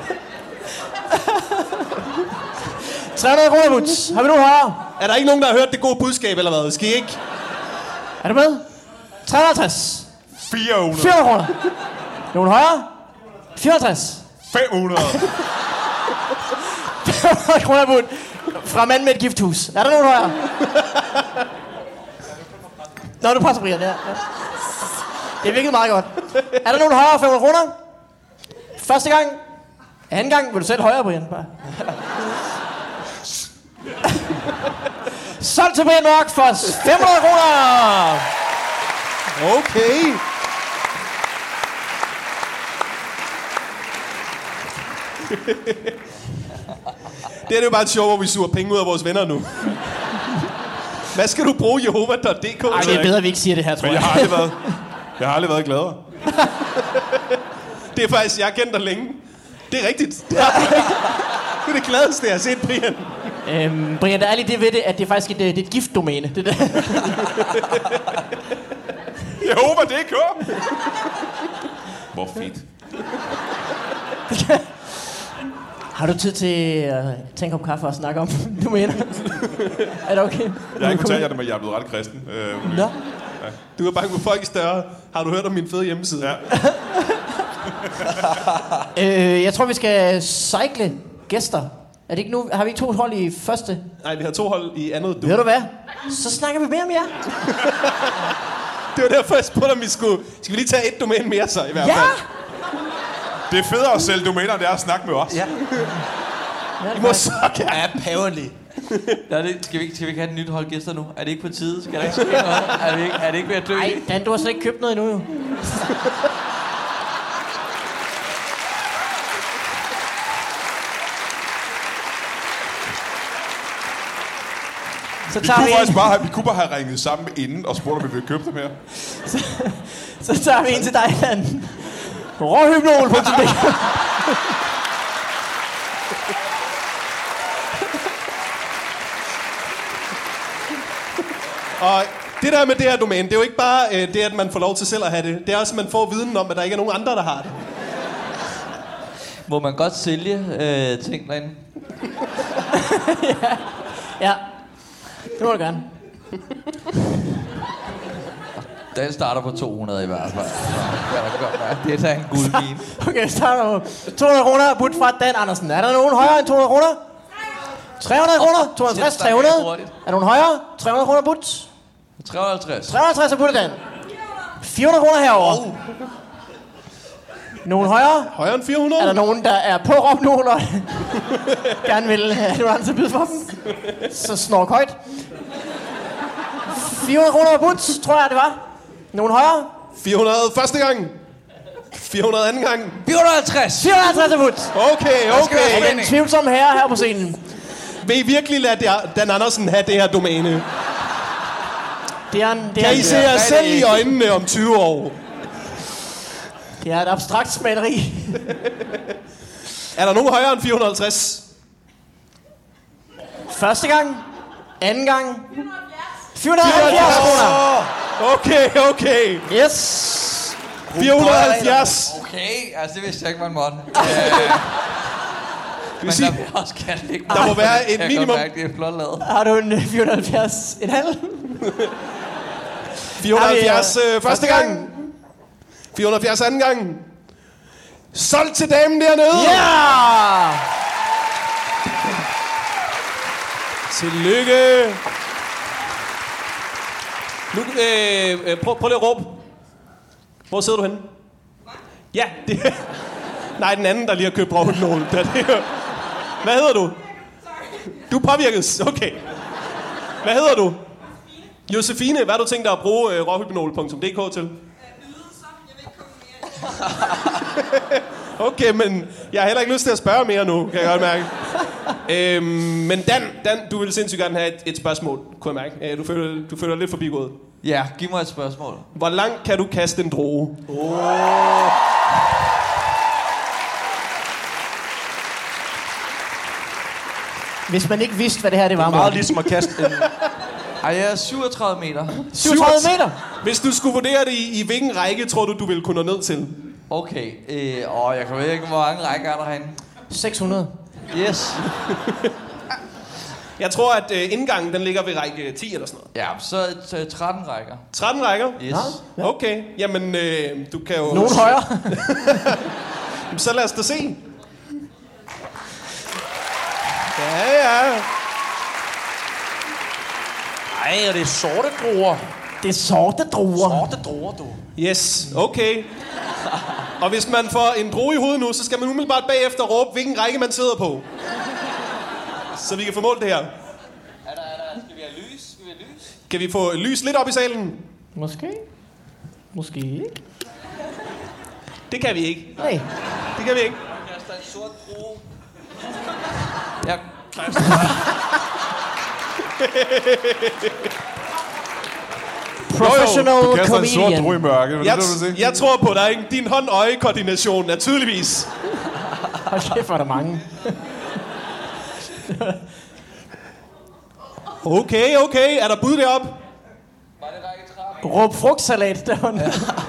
tre hundrede kroner, Muts. Har vi nogen højere? Er der ikke nogen, der har hørt det gode budskab, eller hvad? Skal I ikke? Er du med? tre hundrede og halvtreds. fire hundrede. fire hundrede kroner. Nogen højere? fire hundrede og halvtreds. fem hundrede. fem hundrede kroner bud fra mand med et gifthus. Er der nogen højere? Nå, du passer, Brian. Ja. Det virkede meget godt. Er der nogen højere fem hundrede kroner? Første gang. Anden gang vil du selv højere, Brian. Bare. Solgt til Brian Mørk for fem hundrede kroner. Okay. Det er jo bare et show, hvor vi suger penge ud af vores venner nu. Hvad skal du bruge Jehova punktum d k? Ej, det er bedre, at vi ikke siger det her, tror Men jeg. jeg har aldrig været, jeg har aldrig været gladere. Det er faktisk, jeg har kendt dig længe. Det er rigtigt. Det er det, er det gladeste, jeg har set, Brian. Øhm, Brian, der er lige det ved det, at det er faktisk et, det er et giftdomæne. Det der. Jehova punktum d k. Hvor fedt. Har du tid til at tage en kop kaffe og snakke om domæner? Er det okay? Jeg har ikke fortalt jer det, men jeg er blevet ret kristen. Øh, Nå. Du er bange for folk større. Har du hørt om min fede hjemmeside? Ja. øh, jeg tror, vi skal cycle gæster. Er det ikke nu? Har vi ikke to hold i første? Nej, vi har to hold i andet. Du. Ved du hvad? Så snakker vi mere om jer. Det var derfor, jeg spurgte, om vi skulle... Skal vi lige tage et domæne mere så, i hvert Ja! fald? Det er federe at sælge domæner, end det er at snakke med os. Ja. I må så gerne. Apparently. Er det, skal, vi, ikke- skal vi ikke have et nyt hold gæster nu? Er det ikke på tide? Skal der ikke ske noget? Er, vi ikke, er det ikke ved at dø? Nej, Dan, du har slet ikke købt noget endnu, jo. Så Vi tager kunne, vi, faktisk en, bare have, vi kunne bare have ringet sammen inden og spurgt, om vi ville købe dem her. så tager vi en til dig, Dan. Råhypnol punktum d k. Og det der med det her domæne, det er jo ikke bare øh, det, at man får lov til selv at have det. Det er også, at man får viden om, at der ikke er nogen andre, der har det. Må man godt sælge øh, ting derinde? ja. ja, det må du gerne. Den starter på to hundrede i hvert fald. Det er da en guldmine. Okay, så starter du. to hundrede kroner budt fra Dan Andersen. Er der nogen højere end to hundrede kroner? tre hundrede kroner? to hundrede og halvtreds, tre hundrede? Er der nogen højere? tre hundrede kroner budt? tre hundrede og halvtreds. tre hundrede og halvtreds er budt, Dan. fire hundrede kroner herovre. Oh. Nogen højere? Højere end fire hundrede? Er der nogen, der er på Rocknol og gerne vil have nogen andre til at byde for dem? Så snork højt. fire hundrede kroner budt, tror jeg, det var. Nogen højere? fire hundrede første gang. fire hundrede anden gang. fire hundrede og halvtreds. fire hundrede og halvtreds er budt. Okay, Er okay. den tvivlsomme herre her på scenen? Vil I virkelig lade der- Dan Andersen have det her domæne? Det er, en, det, er Kan I en, se jer selv i øjnene om tyve år? det er et abstrakt maleri. Er der nogen højere end fire hundrede og halvtreds? Første gang. Anden gang. fire hundrede og halvfjerds kroner. Okay, okay. Yes. fire hundrede og halvfjerds. Okay, altså det vidste jeg ikke, man måtte. Det vil Men sige, der vil også gerne ligge der må være et Jeg kan minimum. godt mærke, det er flot lavet. Har du en øh, fire hundrede og halvfjerds en halv? fire hundrede og halvfjerds Har vi, øh, øh, første gang. fire hundrede og halvfjerds anden gang. Solgt til damen dernede. Ja! Tillykke. Nu, øh, øh, prøv, prøv lige at råbe. Hvor sidder du henne? Ja, det er... Nej, den anden, der lige har købt Rocknol. Hvad hedder du? Du er påvirket. Okay. Hvad hedder du? Josefine, hvad har du tænkt dig at bruge uh, råhypnol punktum d k til? Okay, men jeg har heller ikke lyst til at spørge mere nu, kan jeg godt mærke. øhm, men Dan, Dan, du vil sindssygt gerne have et, et spørgsmål, kunne jeg mærke. Øh, du, føler, du føler lidt forbigået. Ja, giv mig et spørgsmål. Hvor langt kan du kaste en droge? Oh. Hvis man ikke vidste, hvad det her det var. Det er meget ligesom at kaste en... Ej, jeg er syvogtredive meter. syvogtredive meter? Hvis du skulle vurdere det i, i hvilken række, tror du, du ville kunne nå ned til? Okay, øh, åh, jeg kan ikke, hvor mange rækker er der herinde? seks hundrede. Yes. Jeg tror, at øh, indgangen den ligger ved række ti eller sådan noget. Ja, så øh, tretten rækker. tretten rækker? Yes. Ja. Okay, jamen øh, du kan jo... Nogen højere. Så lad os da se. Ja, ja. Ej, og det er sorte druer. Det er sorte druer. Sorte druer, du. Yes, okay. Og hvis man får en droge i hovedet nu, så skal man umiddelbart bagefter råbe, hvilken række man sidder på. Så vi kan få målt det her. Er der, er der, skal vi have lys? Skal vi have lys? Kan vi få lys lidt op i salen? Måske. Måske ikke. Det kan vi ikke. Nej. Det kan vi ikke. Jeg kaster en sort droge. Jeg Professional Du kaster en sort comedian. drue i mørke. Jeg, jeg tror på dig, ikke? Din hånd-øje-koordination er tydeligvis. Hold kæft, hvor er der mange. Okay, okay. Er der bud deroppe? Var det række tretten? Råb frugtsalat derovre.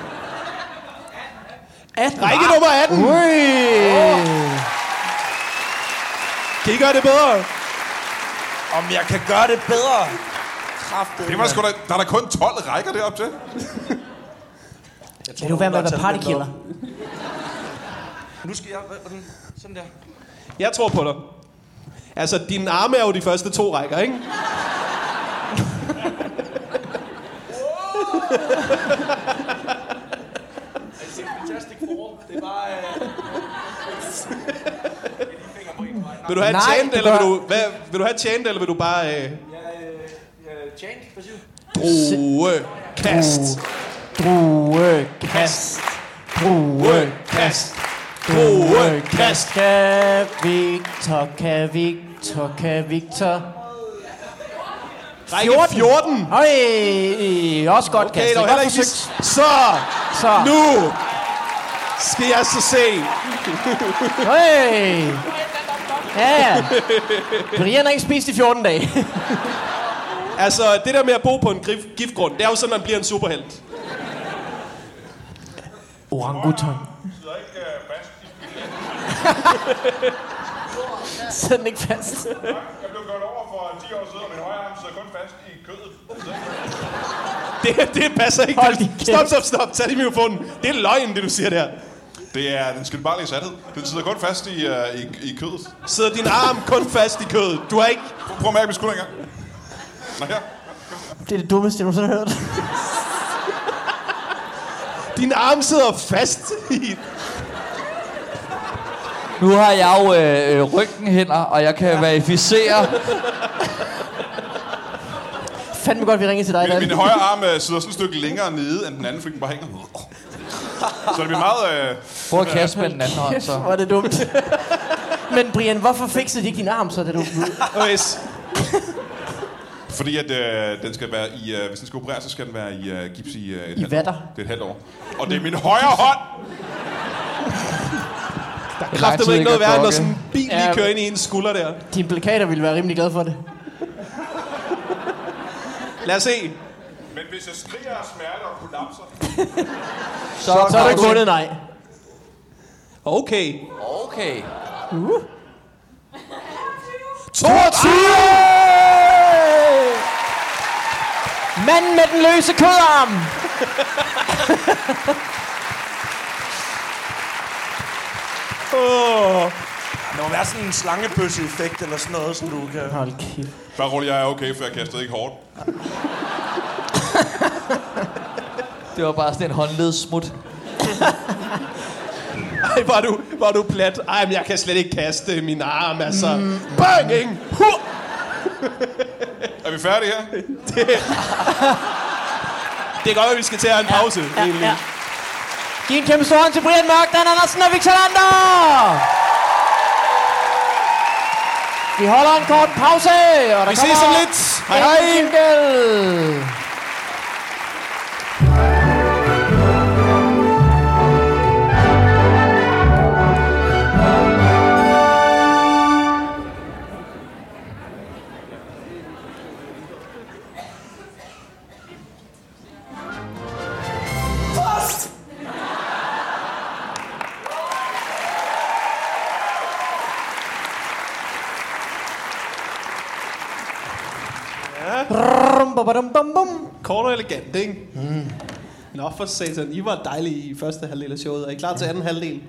atten. Række nummer atten. Ui. Kan I gøre det bedre? Om jeg kan gøre det bedre. Kraftigt. Det var sgu da, der er der kun tolv rækker deroppe til. Vil du være med at være partykiller? Nu skal jeg... Hvordan? Sådan der. Jeg tror på dig. Altså, dine arme er jo de første to rækker, ikke? Fantastic Four. Det er bare... Vil du have Nej, chant, det eller vil gør- du, hvad, vil du have chant, eller vil du bare... Øh, Ja, Jank, hvad siger du? droge, kast, Drue, kast. Drue, kast. droge, kast. Kan Victor, kan Victor, kan Victor. Række fjorten. Øj, også godt Okay, kastet. der var Godt heller ikke... forsøgt. Så, Så. nu skal jeg så se. Øj. Ja, ja. Brian har ikke spist i fjorten dage. Altså, det der med at bo på en grif- giftgrund, det er jo sådan, man bliver en superhelt. Orangutan. Sidder ikke uh, fast i Sæt den ikke fast. Jeg blev gjort over for ti år siden, og min højre arm sidder kun fast i kødet. Det, det passer ikke. Hold din kæft. Stop, stop, stop. Tag det mikrofonen. Det er løgn, det du siger der. Det er den skyldbarlige sandhed. Den sidder kun fast i, uh, i, i kødet. Sidder din arm kun fast i kødet. Du har ikke... Prøv at mærke min skulder engang. Nå her. Det er det dummeste, jeg nogensinde har hørt. Din arm sidder fast i... Nu har jeg jo øh, røntgenhænder, og jeg kan verificere... Fandme godt, vi ringer til dig, Min, Dan. min højre arm uh, sidder sådan et stykke længere nede end den anden, fordi den bare hænger. Så det bliver meget... Uh, Prøv at kaste med den anden hånd, så. Hvor er det dumt. Men Brian, hvorfor fikset de ikke din arm, så da du... Yes. fordi at uh, den skal være i... Uh, hvis den skal opereres, så skal den være i uh, gips i uh, et I halvt vatter. år. Det er et halvt år. Og det er min højre hånd! Der er kraftedeme ikke noget værre, end når sådan en bil lige Ja. kører ind i en skulder der. Dine plakater ville være rimelig glade for det. Lad os se. Men hvis jeg skriger af smerte og kollapser... Så, Så er du vundet, nej. Okay. Okay. toogtyve! Manden med den løse kødarm! Oh. Der må være sådan en slangebøsse-effekt eller sådan noget, som du kan... Hold kæft. Bare rolig, jeg er okay, for jeg kastede ikke hårdt. Det var bare sådan en håndledssmut. Ej, var du, var du plat. Ej, men jeg kan slet ikke kaste min arm, altså. Mm. Bang, ikke? Huh! Og Er vi færdige her? Det, det er godt, at vi skal til at have en pause. Ja, ja, ja. Giv en kæmpe stor hånd til Brian Mørk, Dan Andersen og Victor Lander! Vi holder en kort pause, og der Vi kommer ses om lidt. Hej hej. Jingle. Kort og elegant, ikke? Mm. Nå for satan, I var dejlige i første halvdel af showet. Er I klar til anden halvdel?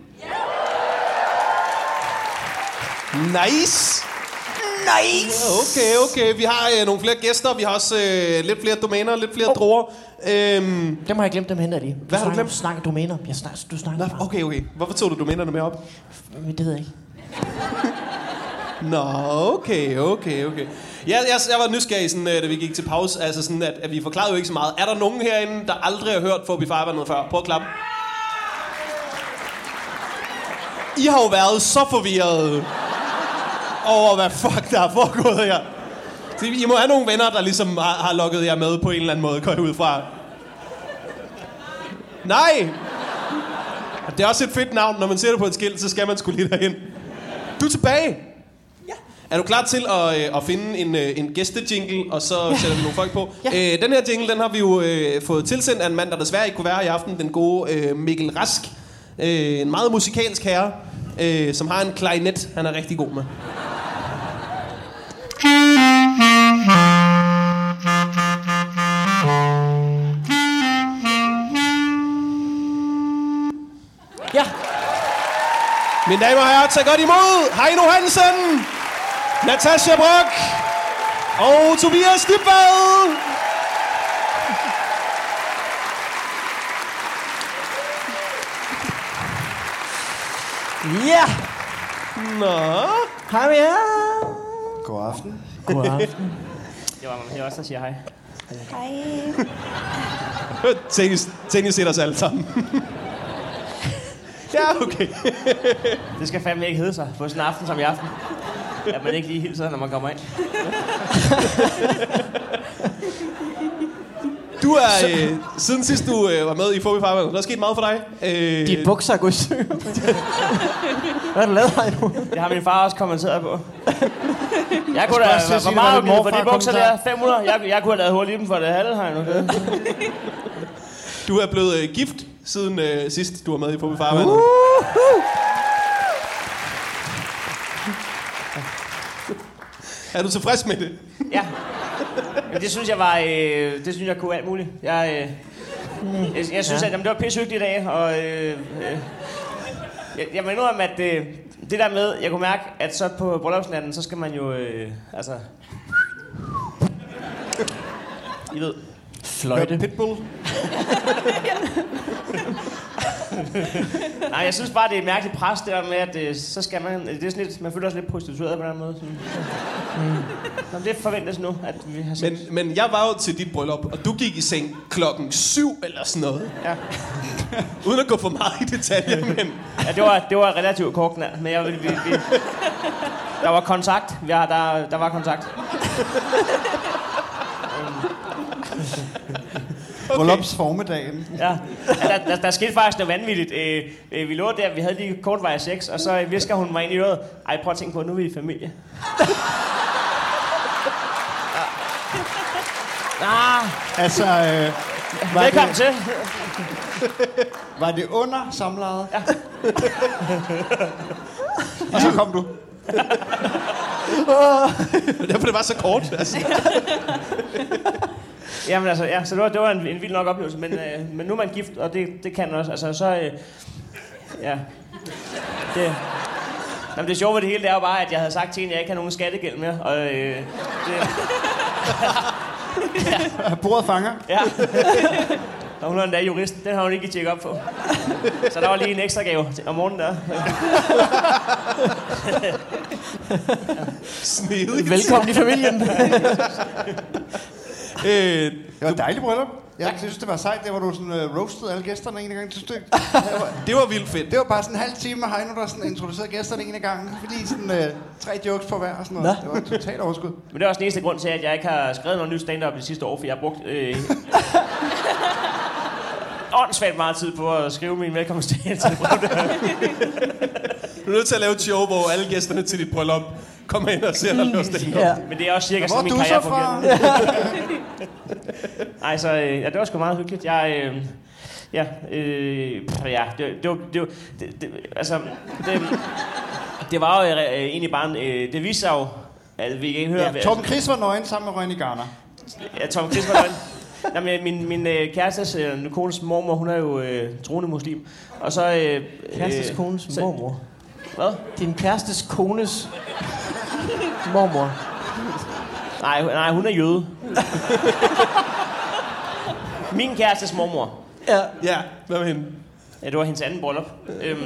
Nice! Nice! Okay, okay. Vi har øh, nogle flere gæster. Vi har også øh, lidt flere domæner, lidt flere oh. druer. Øhm, Dem har jeg glemt, dem henter de. Hvad har du glemt? Du snakker domæner. Jeg snakker, du snakker Nå, okay, okay. Hvorfor tog du domænerne med op? Men det ved jeg ikke. Nå, okay, okay, okay. Ja, jeg, jeg var nysgerrig, sådan, da vi gik til pause. Altså sådan, at, at vi forklarede jo ikke så meget. Er der nogen herinde, der aldrig har hørt Fup i Farvandet før? Prøv at klappe. I har jo været så forvirrede over, hvad fuck der er foregået her. Så I må have nogle venner, der ligesom har, har lukket jer med på en eller anden måde, går jeg ud fra. Nej! Det er også et fedt navn. Når man ser det på et skilt, så skal man sgu lige derhen. Du er tilbage! Ja. Er du klar til at, øh, at finde en, øh, en gæstejingle, og så ja. sætter vi nogle folk på? Ja. Øh, den her jingle, den har vi jo øh, fået tilsendt af en mand, der desværre ikke kunne være i aften. Den gode øh, Mikkel Rask. Øh, en meget musikalsk herre, øh, som har en klarinet, han er rigtig god med. Ja. Mine damer og herrer, tag godt imod Heino Hansen, Natasha Brock og Tobias Dybvad. Ja. Nå. Hej med jer. God aften. God aften. Det var jeg også, der siger hej. Hej. Tennis, tennis sætter os alle sammen. Ja, okay. Det skal fandme ikke hedde sig på sådan en aften som i aften. At man ikke lige hilser, når man kommer ind. Du er, øh, siden sidst du øh, var med i Fup i Farvandet, der er sket meget for dig. Øh, Dit bukser er gået i stykker. Hvad har du lavet her nu? Det har min far også kommenteret på. Jeg kunne da Jeg skulle også være sige, meget det var glad for din de morfar bukser der. fem hundrede. Jeg, jeg kunne have lavet hul i dem for det halve her nu. Du er blevet øh, gift siden øh, sidst, du var med i Fup i Farvandet. Uh-huh. Er du tilfreds med det? Ja. Men det synes jeg var, øh, det synes jeg kunne alt muligt. Jeg, øh, jeg, jeg synes, ja. at jamen, det var pissehyggeligt i dag, og øh, øh, jeg, jeg må indrømme, at øh, det der med, jeg kunne mærke, at så på bryllupsnatten, så skal man jo, øh, altså, I ved, fløjte. Pitbull. Nej, jeg synes bare, det er et mærkeligt pres, det der med, at øh, så skal man... Det er sådan lidt, man føler også lidt prostitueret på den måde. Sådan. Mm. Nå, det forventes nu, at vi har set. Men, men jeg var jo til dit bryllup, og du gik i seng klokken syv eller sådan noget. Ja. Uden at gå for meget i detaljer, men... Ja, det var, det var relativt kort, men jeg vil... Vi, vi, der var kontakt. Vi har, der, der var kontakt. Okay. Bryllupsformiddagen. Ja, ja der, der, der skete faktisk noget vanvittigt. Øh, øh, vi lå der, vi havde lige kortvarig sex, og så visker hun mig ind i øret. Ej, prøv at tænke på, nu er vi i familie. Ah, altså, øh, var velkommen det, til. Var det under samlejet? Ja. Og så kom du. Derfor det var så kort. Altså. Jamen altså, ja, så det var, det var en, en vild nok oplevelse, men, øh, men nu er man gift, og det, det kan man også. Altså, så, øh, ja, det... Jamen, det sjove ved det hele, det er jo bare, at jeg havde sagt til hende, at jeg ikke har nogen skattegæld mere, og øh, det... Ja. Bordet fanger. Ja. Og hun er endda jurist. Den har hun ikke tjekket op på. Så der var lige en ekstra gave om morgenen der. Snedigt. Velkommen i familien. Øh, Det var et dejligt bryllup. Jeg synes, det var sejt. Der var du sådan uh, roasted alle gæsterne en gang til stykke. det var vildt fedt. Det var bare sådan en halv time med Heino, der sådan introducerede gæsterne en af gangen. Fordi sådan uh, tre jokes på hver og sådan noget. Nå. Det var totalt overskud. Men det er også den eneste grund til, at jeg ikke har skrevet noget nyt stand-up det sidste år, for jeg har brugt øh, åndssvagt meget tid på at skrive min velkomststand til bryllup. Du er nødt til at lave et show, hvor alle gæsterne til dit bryllup kommer ind og ser dig lave stand-up. Ja. Men det er også cirka Hvor sådan, er min du så karriere fra? fungerer. Ej, så øh, ja, det var sgu meget hyggeligt. Jeg, øh, ja, øh, pff, ja, det, det, var, det, var, det, det, altså, det, det var jo øh, egentlig bare, en, øh, det viste sig jo, at vi ikke hører... Ja, Torben Chris var nøgen sammen med Rønne Garner. Ja, Tom Chris var nøgen. Jamen, min, min øh, kærestes, øh, kones mormor, hun er jo øh, troende muslim. Og så... Øh, Kærestes kones så- mormor. Hvad? Din kærestes kones mormor. Nej, nej, hun er jøde. Min kærestes mormor. Ja. Ja, hvad med hende? Ja, det var hendes anden bryllup. Øhm,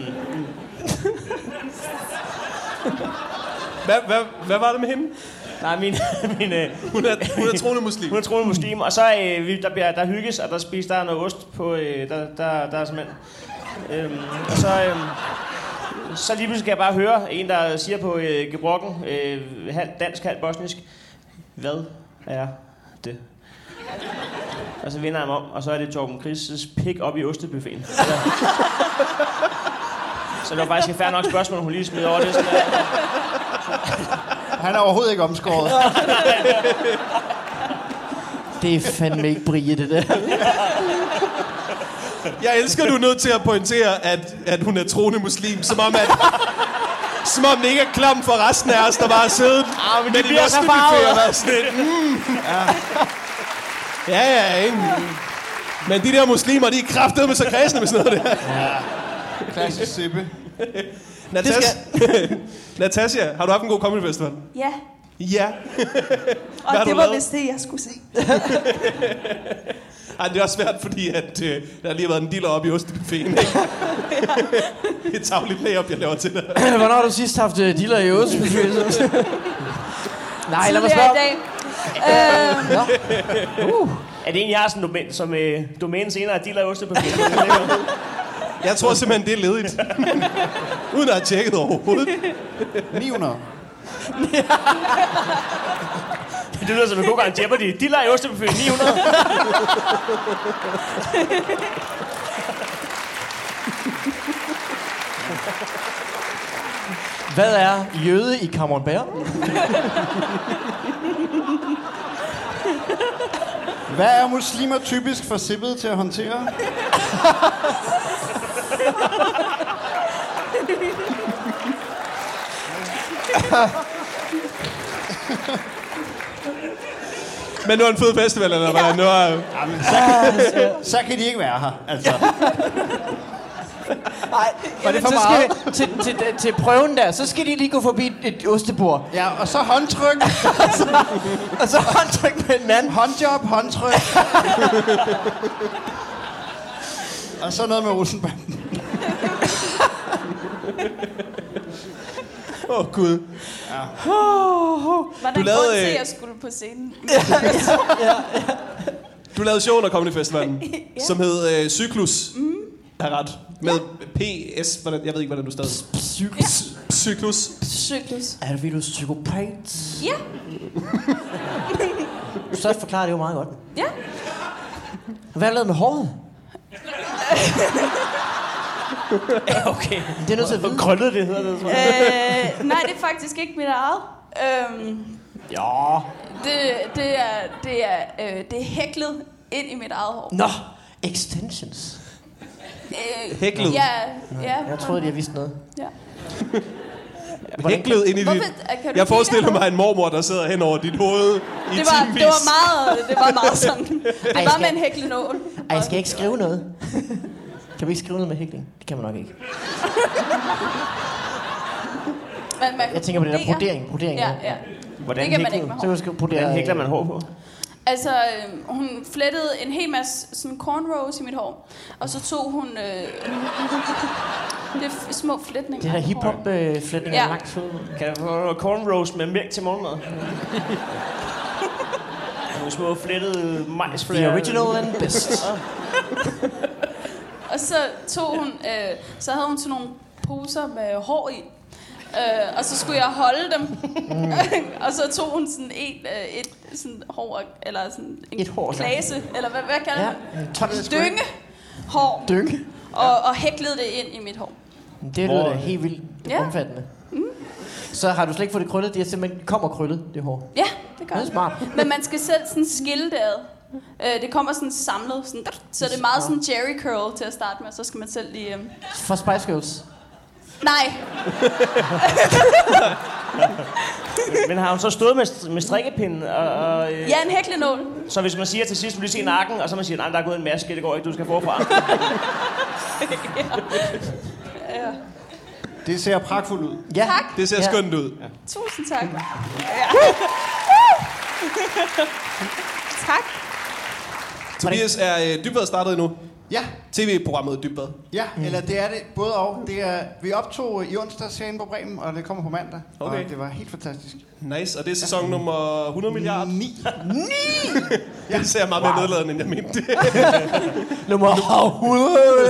Hvad, hvad, hvad var det med hende? nej, min... min øh, Hun er, hun er troende muslim. hun er troende muslim, og så øh, vi- der, bliver, der hygges, og der spiser der er noget ost på... Øh, der, der, der er simpelthen... Øhm, og så... Øh, så lige pludselig kan jeg bare høre en, der siger på øh, gebrokken, øh, halv dansk, halv bosnisk, hvad er det? Og så vender jeg mig om, og så er det Torben Chris' pik op i ostebuffeten. Ja. Så det var faktisk et fair nok spørgsmål, hun lige smed over det. Sådan, Han er overhovedet ikke omskåret. Det er fandme ikke Brie, det der. Jeg elsker, at du er nødt til at pointere, at, at hun er troende muslim, som om, at, som om det ikke er klam for resten af os, der bare har siddet ah, men med det din bliver så ostebuffet farvet. og været sådan lidt, mm, ja. Ja, ja, ikke? Men de der muslimer, de er kraftedeme så kredsende med sådan noget der. Klassisk sippe. Natasha, Natasha, har du haft en god comedy festival? Ja, Ja. og har det du var lavet? vist det, jeg skulle se. Ej, det er også svært, fordi at, øh, der har lige været en dealer oppe i ostebuffeten, ikke? Det er et tagligt layup, jeg laver til dig. Hvornår har du sidst haft uh, dealer i ost? Nej, lad mig Tidligere spørge. i dag. Øhm, Er det en, jeg har sådan domæne, som øh, domæne senere, dealer i ostebuffeten? Jeg tror simpelthen, det er ledigt. Uden at have tjekket overhovedet. ni hundrede. Det lyder som en god gang Jeopardy. Dealer i ostebuffeten ni hundrede. Hvad er jøde i Camembert? Hvad er muslimer typisk for sippet til at håndtere? Men det var en fed festival, eller hvad? Nu er... Jamen, så, kan, så kan de ikke være her, altså. Nej, Var det for så meget? skal vi, til, til, til prøven der, så skal de lige gå forbi et ostebord. Ja, og så håndtryk. Og så håndtryk med en anden. Håndjob, håndtryk. Og så noget med Rosenbanden. Åh, oh, Gud. var der Du en lavede, grund til, øh, at jeg skulle på scenen? Du lavede show under Comedy Festivalen, Ja. som hed øh, Cyklus. Mm. Er ret. Med P S, hvordan, jeg ved ikke, hvordan du stadig... Cyklus. Cyklus. Cyklus. Er det, fordi du er psykopat? Ja, Så forklarer det jo meget godt. ja. Hvad er lavet med håret? Okay. Det er nødt til at vide. Krøllet det hedder det, tror jeg. Øh, nej, det er faktisk ikke mit eget. Øhm, Ja. det, det er, det er, øh, det er hæklet ind i mit eget hår. Nå, extensions. Øh, Hæklet? Ja, ja. Jeg troede, de havde vidst noget. Ja. Hæklet ind i Hvorfor, dit... kan du Jeg kigge forestiller herover? mig en mormor, der sidder hen over dit hoved i det var, timevis. det var meget, det var meget sådan. Det Ej, var skal- med en hæklenål. Ej, skal jeg ikke skrive noget? Kan vi ikke skrive noget med hækling? Det kan man nok ikke. Man, man Jeg tænker på det der brodere. brodering. brodering Ja, ja. Hvordan Det kan man hækler- ikke med Så kan hår. du skrive brodering. Hvordan hækler man hår på? Altså, øh, hun flettede en hel masse sådan cornrows i mit hår. Og så tog hun... Øh, det er små flætninger. Det er der hip-hop-flætninger Ja. langt ud. Kan jeg få noget cornrows med mælk til morgenmad? Nogle små flettede majsflager. The original and best. Og så tog hun... Øh, så havde hun sådan nogle poser med hår i. Øh, og så skulle jeg holde dem. Mm. Og så tog hun sådan et, øh, et sådan hår, eller sådan en Et hår, klase, eller hvad, hvad kalder Ja, man en det? Dynge hår. Dynge. Og, og hæklede det ind i mit hår. Det lyder da helt vildt Ja. omfattende. Mm. Så har du slet ikke fået det krøllet? Det er simpelthen kommer krøllet, det hår. Ja, det gør Det er det. smart. Men man skal selv sådan skille det ad. Øh, det kommer sådan samlet, sådan, så det er meget sådan Jerry curl til at starte med. Så skal man selv lige... Øh... For Spice Girls. Nej. Men har hun så stået med, med strikkepinden? Og, og, øh, Ja, en hæklenål. Så hvis man siger til sidst, vil du se nakken, og så man siger, nej, der er gået en maske, det går ikke, du skal forfra. Ja. Det ser pragtfuldt ud. Ja. Tak. Det ser Ja. skønt ud. Ja. Tusind tak. Ja. Tak. Tobias, er øh, Dybvad startet nu? Ja, T V-programmet Dybvad. ja, eller det er det både og. Det er, vi optog i onsdags herinde på Bremen, og det kommer på mandag. Okay. Og det var helt fantastisk. Nice, og det er sæson nummer hundrede milliarder. Ni. Det ser meget mere nedladende, end jeg mente. Nummer hundrede.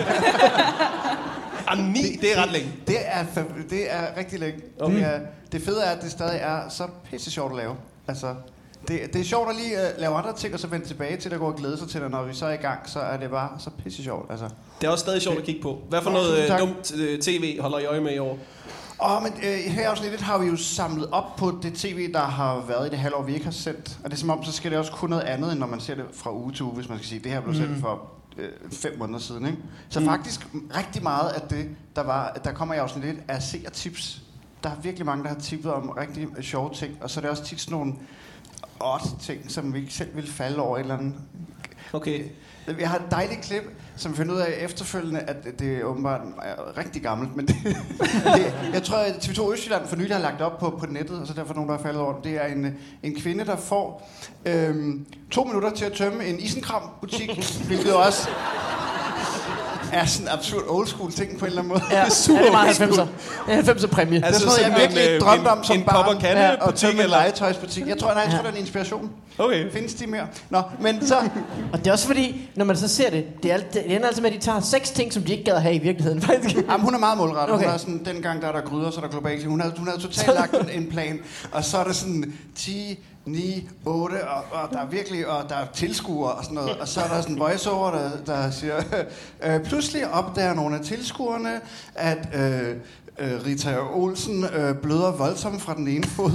Ah, ni, det er ret længe. Det er, fa- det er rigtig længe. Okay. Det, er, det fede er, at det stadig er så pisse sjovt at lave. Altså, det, det er sjovt at lige uh, lave andre ting, og så vende tilbage til at gå og glæde sig til det. Når vi så er i gang, så er det bare så pisse sjovt. Altså. Det er også stadig sjovt at kigge på. Hvad for noget øh, dumt øh, tv holder I øje med i år? Åh, oh, men øh, her i afsnittet har vi jo samlet op på det tv, der har været i det halvår, vi ikke har sendt. Og det er som om, så skal det også kunne noget andet, end når man ser det fra uge til uge, hvis man skal sige, det her blev sendt mm. for øh, fem måneder siden, ikke? Så mm. faktisk rigtig meget af det, der, var, der kommer i afsnit et, er seertips. Der er virkelig mange, der har tippet om rigtig sjove ting, og så er det også tit sådan nogle odd ting, som vi ikke selv ville falde over et eller andet. Okay. Jeg har et dejligt klip, som vi finder ud af efterfølgende, at det er åbenbart er rigtig gammelt, men det, det, jeg tror, at T V to Østjylland for nylig har lagt op på, på nettet, og så derfor nogen, der er faldet over det. Det er en, en kvinde, der får øhm, to minutter til at tømme en isenkram-butik, hvilket også er sådan en absurd old school ting på en eller anden måde. Ja, det er super ja, det er meget old school. halvfemser. Det er halvfemser præmie. Altså, det er sådan noget, jeg virkelig en, drømte om en, som en barn. pop- og kande Ja, og butik, tømme en eller? legetøjsbutik. Jeg tror, nej, jeg tror, det er en inspiration. Okay. Findes de mere? Nå, men så... Og det er også fordi, når man så ser det, det, er, det ender altså med, at de tager seks ting, som de ikke gad have i virkeligheden. Faktisk. Jamen, hun er meget målrettet. Okay. Hun er sådan, dengang der er der gryder, så er der globalt. Hun havde, hun havde totalt lagt en, en plan. Og så er der sådan ti, ni, otte, og, og der er virkelig, og der er tilskuere og sådan noget. Og så er der sådan en voiceover, der, der siger, øh, pludselig opdager nogle af tilskuerne, at øh, øh, Rita Olsen øh, bløder voldsomt fra den ene fod.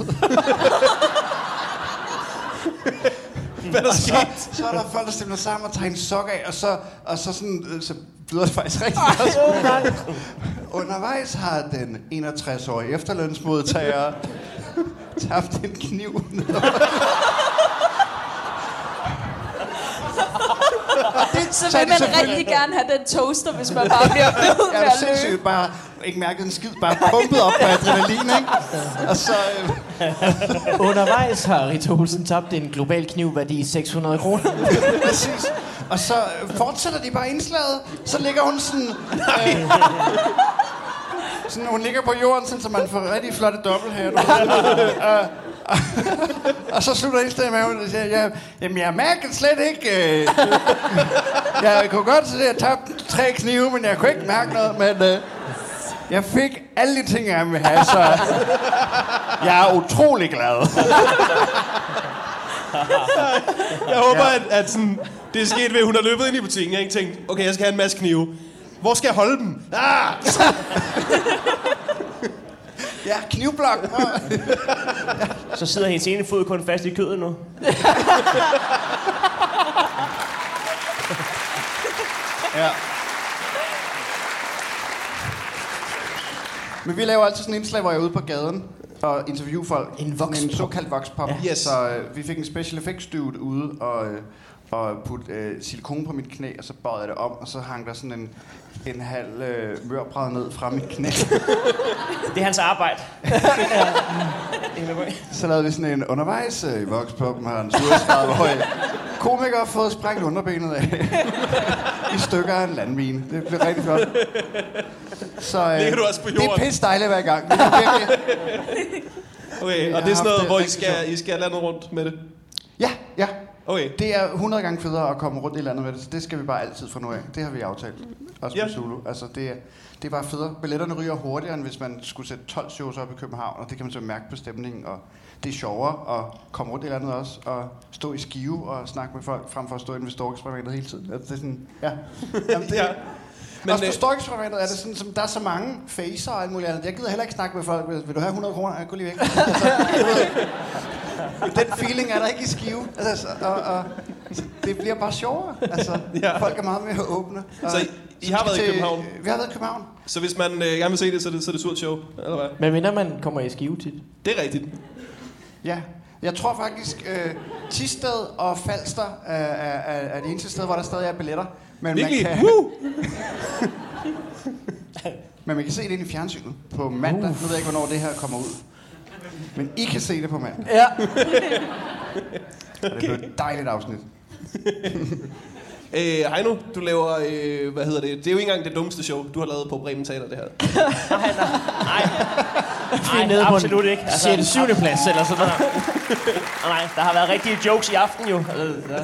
Hvad der og så, sket? så er der folk, der stemmer sammen og tager en sok af, og så, og så, sådan, øh, så bløder det faktisk rigtig meget. Undervejs har den enogtres-årige efterlønsmodtager tabt en kniv. Det, så vil man rigtig gerne have den toaster, hvis man bare bliver ved med Jeg er at løbe. sindssygt bare ikke mærket en skid, bare pumpet op på adrenalin, ikke? Og så... Øh, Undervejs har Rita Olsen tabt en global knivværdi i seks hundrede kroner. præcis. Og så øh, fortsætter de bare indslaget. Så ligger hun sådan... Øh, sådan hun ligger på jorden, sådan, så man får rigtig flotte dobbelthatter. øh, og så slutter indslaget med, at hun siger, ja, jamen jeg mærker slet ikke... Øh, jeg kunne godt se, at jeg tabte tre knive, men jeg kunne ikke mærke noget, men... Øh, jeg fik alle de ting, jeg vil have, så jeg er utrolig glad. Jeg håber, at, at sådan, det er sket ved, at hun har løbet ind i butikken. Jeg har ikke tænkt, okay, jeg skal have en masse knive. Hvor skal jeg holde dem? Ah! Ja, knivblok. Så sidder hendes ene fod kun fast i kødet nu. Ja. Men vi laver altid sådan en indslag, hvor jeg er ude på gaden og interviewer folk. En voxpop. En såkaldt voxpop. Ja. Yes. Så øh, vi fik en special effects dude ude og, øh, og putte øh, silikone på mit knæ, og så bøjede jeg det om, og så hang der sådan en en halv øh, mørbræd ned fra mit knæ. Det er hans arbejde. Så lavede vi sådan en undervejs øh, i Voxpoppen, har en syvogtredive årig komiker har fået sprængt underbenet af i stykker af en landmine. Det bliver rigtig flot. Så øh, ligger du også på jorden? Det er pisse dejligt at være i gang. Det er virkelig... Okay, og det er sådan noget, hvor I skal, I skal landet rundt med det? Ja, ja. Okay. Det er hundrede gange federe at komme rundt i landet med det, så det skal vi bare altid fra nu af. Det har vi aftalt. Også ja. på Zulu. Altså, det er, det er bare federe. Billetterne ryger hurtigere, end hvis man skulle sætte tolv shows op i København, og det kan man så mærke på stemningen. Og det er sjovere at komme rundt i landet også, og stå i Skive og snakke med folk, frem for at stå inde ved Storkespræventet hele tiden. Altså, det er sådan, ja. Jamen, det, ja. Men også på Storkespræventet er det sådan, som der er så mange facer og alt muligt andet. Jeg gider heller ikke snakke med folk. Vil du have hundrede kroner? Jeg går lige væk. Altså, den feeling er der ikke i Skive. Altså, og, og, det bliver bare sjovere. Altså, ja. Folk er meget mere åbne. Og, så I, I har været til, i København? Vi har været i København. Så hvis man øh, gerne vil se det, så er det, så er det surt show, eller hvad? Men mindre man kommer i Skive tit. Det er rigtigt. Ja. Jeg tror faktisk, øh, Thisted og Falster er, er, er det eneste sted, hvor der stadig er billetter. Men virkelig? Man kan, men man kan se det inde i fjernsynet på mandag. Uh. Nu ved jeg ikke, hvornår det her kommer ud. Men I kan se det på mandag. Ja. Og det bliver et dejligt afsnit. Øh, Heino, du laver, øh, hvad hedder det? Det er jo ikke engang det dummeste show, du har lavet på Bremen Teater, det her. nej, nej. Nej, nej, absolut ikke. Altså, sjette syvende plads eller sådan noget. Nej, der har været rigtige jokes i aften jo. Ja.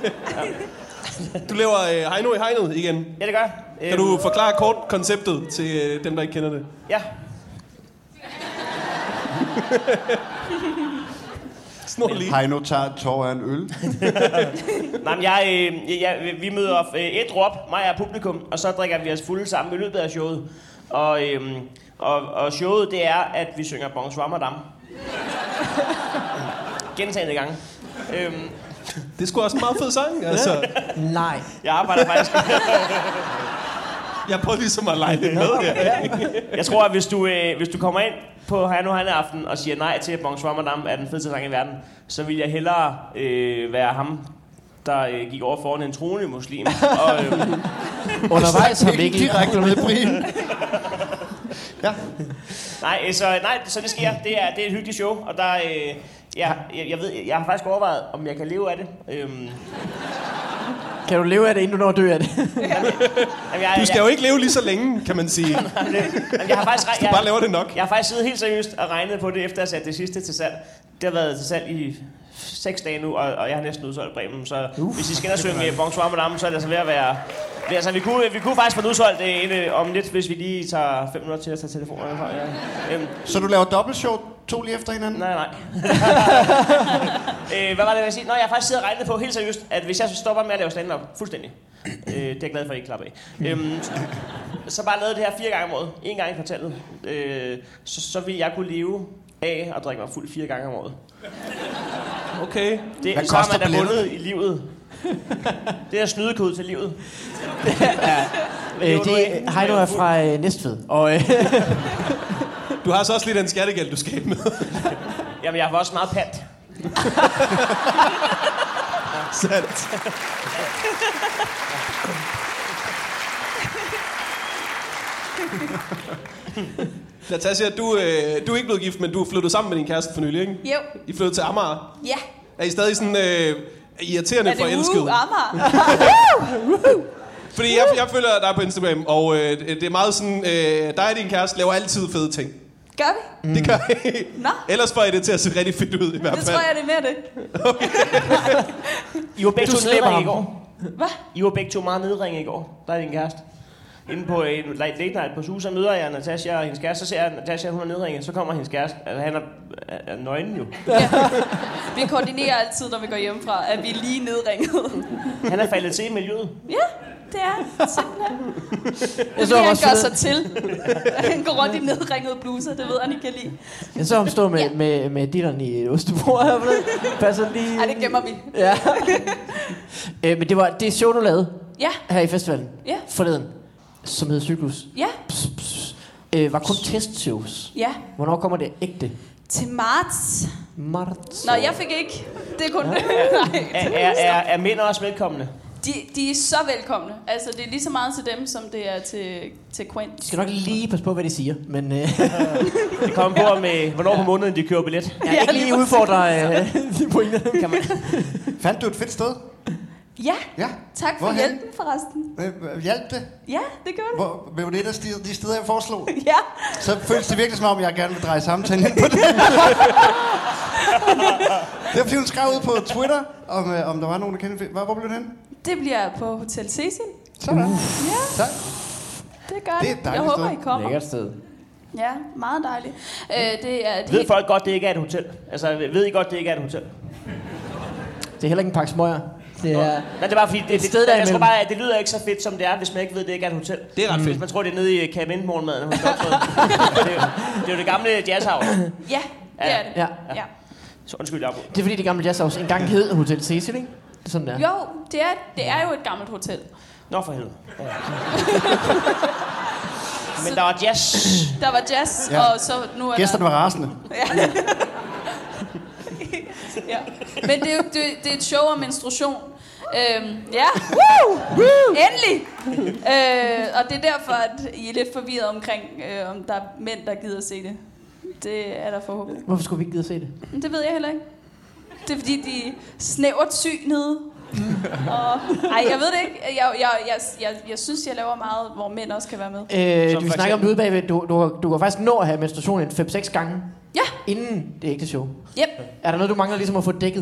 Du laver øh, Heino i hegnet igen. Ja, det gør jeg. Kan du forklare kort konceptet til øh, dem, der ikke kender det? Ja. Heino tager et tår af en øl. Nej, men jeg, øh, jeg, vi møder øh, et drop, mig og publikum, og så drikker vi os fulde sammen i løbet af showet. Og, øh, og, og showet, det er, at vi synger Bonsoir Madame. Gentagende gange. Øh, det er sgu også en meget fed sang, altså. Nej. Jeg arbejder faktisk... Jeg prøver ligesom at lege det med her. Jeg tror, at hvis du, øh, hvis du kommer ind på Heino Hanne Aften og siger nej til, at Bonsoir Madame er den fedeste sang i verden, så vil jeg hellere øh, være ham, der øh, gik over foran en troende muslim. Og, øh, undervejs har vi ikke direkte med Brian. Ja. Nej, så, nej, så det sker. Det er, det er et hyggeligt show, og der... Øh, jeg, jeg, jeg, ved, jeg har faktisk overvejet, om jeg kan leve af det. Øhm. Kan du leve af det, inden du når at dø af det? Jamen, jeg, du skal jeg, jo ikke leve lige så længe, kan man sige. jeg har faktisk, du bare laver det nok. Jeg har faktisk siddet helt seriøst og regnet på det, efter jeg satte det sidste til salg. Det har været til salg i seks dage nu, og, og jeg har næsten udsolgt Bremen. Så Uf, hvis I skal ind og synge Bonsoir Madame, så er det altså ved at være... Altså, vi kunne, vi kunne faktisk få udsolgt det inde om lidt, hvis vi lige tager fem minutter til at tage telefonerne fra. Ja. Øhm. Så du laver dobbeltshow to lige efter hinanden? Nej, nej. øh, hvad var det, jeg ville sige? Nå, jeg har faktisk siddet og regnet på helt seriøst, at hvis jeg stopper med at lave stand-up fuldstændig, øh, det er jeg glad for, at I ikke klapper af, øhm, så bare lavede det her fire gange om året, en gang i kvartalet, øh, så, så ville jeg kunne leve af at drikke mig fuld fire gange om året. Okay. Det, så har man da vundet i livet. Det er snydekode til livet. Ja. Øh, det Heino er fra øh, Næstved. Og, øh. Du har så også lidt en skattegæld, du skal med. Jamen, jeg har også meget pant. Sandt. Natasja, du, øh, du er ikke blevet gift, men du er flyttet sammen med din kæreste for nylig, ikke? Jo. I flyttede til Amager. Ja. Er I stadig sådan øh, irriterende forelsket? Er det uh, Amager? Fordi jeg, jeg følger dig på Instagram, og øh, det er meget sådan, øh, dig og din kæreste laver altid fede ting. Gør vi? Mm. Det gør I. Nå. Ellers får I det til at se rigtig fedt ud i hvert fald. Det tror jeg, det er mere det. Okay. I var begge to nedringe i går. Hvad? I var begge to meget nedringe i går, der er din kæreste. Inde på en late night på Susa møder jeg Natasja og hendes kæreste, så ser jeg, at Natasja hun er nedringet, så kommer hendes kæreste, altså han er, er, er nøgen jo. Ja. Vi koordinerer altid, når vi går hjemmefra, at vi er lige nedringet. Han er faldet til i miljøet. Ja, det er simpelthen. Jeg så det han gør sig til. Han går rundt i nedringede bluser, det ved han ikke kan lide. Jeg så ham stå med, ja. med, med dilleren i et ostebord her. Passer lige... Ej, det gemmer vi. Ja. øh, men det var det show, du lavede ja. her i festivalen ja. forleden, som hedder Cyklus. Ja. Pss, pss. Øh, var kun testshows. Ja. Hvornår kommer det ægte? Til marts. Marts. Nå, jeg fik ikke. Det er kun... Ja. er, er, er, er mænd også velkomne? De, de er så velkomne. Altså, det er lige så meget til dem, som det er til, til Quint. De skal nok lige passe på, hvad de siger, men... Øh... det kommer på med, hvornår på måneden de køber billet. Jeg ja, ikke lige udfordre øh, de pointer, kan man. Fandt du et fedt sted? Ja. Ja. Tak for Hvorhen? hjælpen, forresten. Øh, hjalp det? Ja, det gør det. Hvor, var det et af de steder, jeg foreslog? Ja. Så føles det virkelig som om, jeg gerne vil dreje samtalen ind på det. Det var fordi, hun skrev ud på Twitter, om, øh, om der var nogen, der kendte. Hvor, hvor blev det hen? Det bliver på Hotel Cecil. Sådan. Ja. Tak. Det gør Det er det. et Jeg dejligt håber, sted. I kommer. Lækkert sted. Ja, meget dejligt. Øh, det er et Ved helt... folk godt, det ikke er et hotel? Altså, ved I godt, det ikke er et hotel? Det er heller ikke en pakke smøger. Det er... Nej, det er bare fordi, det, et det, sted det, jeg tror derimellem. bare, at det lyder ikke så fedt, som det er, hvis man ikke ved, at det ikke er et hotel. Det er ret fedt. Hvis man tror, det er nede i Camp Ind-morgenmaden hos Godtfred. det, er jo- det er jo det gamle jazzhouse. Ja, det er det. Ja. Ja. Så undskyld, jeg Det er fordi, det gamle jazzhouse engang hed Hotel Cecil, ikke? Det er sådan der. Jo, det er, det er jo et gammelt hotel. Nå, for helvede. Ja. Men der var jazz. Der var jazz, Ja. og så nu er Gæsterne der... var rasende. Ja. Ja. Men det er jo det, det er et show om menstruation. Øhm, ja, Woo! Endelig! øh, og det er derfor, at I er lidt forvirret omkring, øh, om der er mænd, der gider at se det. Det er der forhåbentlig. Hvorfor skulle vi ikke gide at se det? Men det ved jeg heller ikke. Det er fordi, de er snævert syg nede. Og, ej, jeg ved det ikke. Jeg, jeg, jeg, jeg, jeg synes, jeg laver meget, hvor mænd også kan være med. Øh, Som vi for snakker om eksempel? det ude bagved. Du, du, du kan faktisk nå at have menstruation en fem seks gange, Ja, inden det ægte show. yep. Er der noget, du mangler ligesom at få dækket?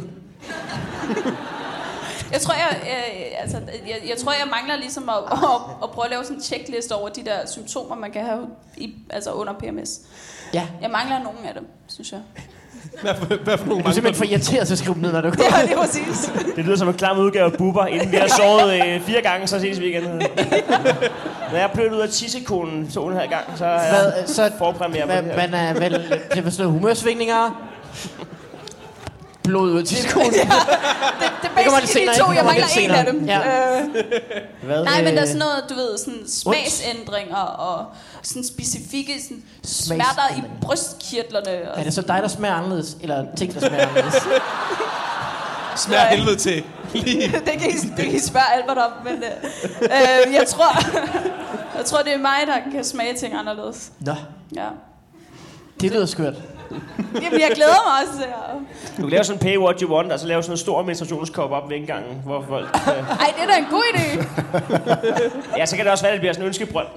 Jeg tror, jeg, øh, altså, jeg, jeg tror, jeg mangler ligesom at, at, at prøve at lave sådan en checklist over de der symptomer, man kan have i, altså under P M S. Ja. Jeg mangler nogle af dem, synes jeg. Hvad for, hvad for nogle Du er simpelthen for irriteret til at skrive dem ned, når du kommer. Ja, det er præcis. Det lyder som en klam udgave af Bubber. Inden vi har sovet øh, fire gange, så ses vi igen. Når jeg er plødt ud af tissekonen to og en halv gang, så er Hvad, jeg så, forpremiere på hvad, det her. man er vel det er sådan noget humørsvingninger, blod ud af tidskolen. Det, det er kommer basically lidt senere, de to, ikke? jeg Det kommer mangler lidt en af dem. senere. Øh, Hvad, nej, men der er øh, sådan noget, du ved, sådan smagsændringer og sådan specifikke sådan smerter i Smagsændringer. brystkirtlerne. Og Er det så dig, der smager anderledes, eller ting, der smager anderledes? Smager helvede til. Lige. det, kan I, det kan I spørge Albert om, men øh, øh, jeg tror, jeg tror, det er mig, der kan smage ting anderledes. Nå, Ja. det lyder skørt. Jamen, jeg glæder mig også til at... Du kan lave sådan en pay what you want, og så lave sådan en stor menstruationskop op ved indgangen, hvor folk... Øh, Ej, det er da en god idé. ja, så kan det også være, at det bliver sådan en ønskebrønd.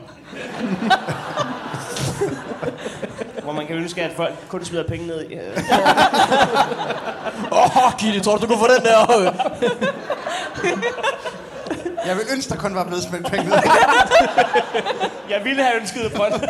Hvor man kan ønske, at folk kun smider penge ned i. Øh. Åh, oh, Gitte, tror du, du kunne få den der? Jeg vil ønske, der kun var blevet smidt penge. Jeg ville have ønsket et brønd.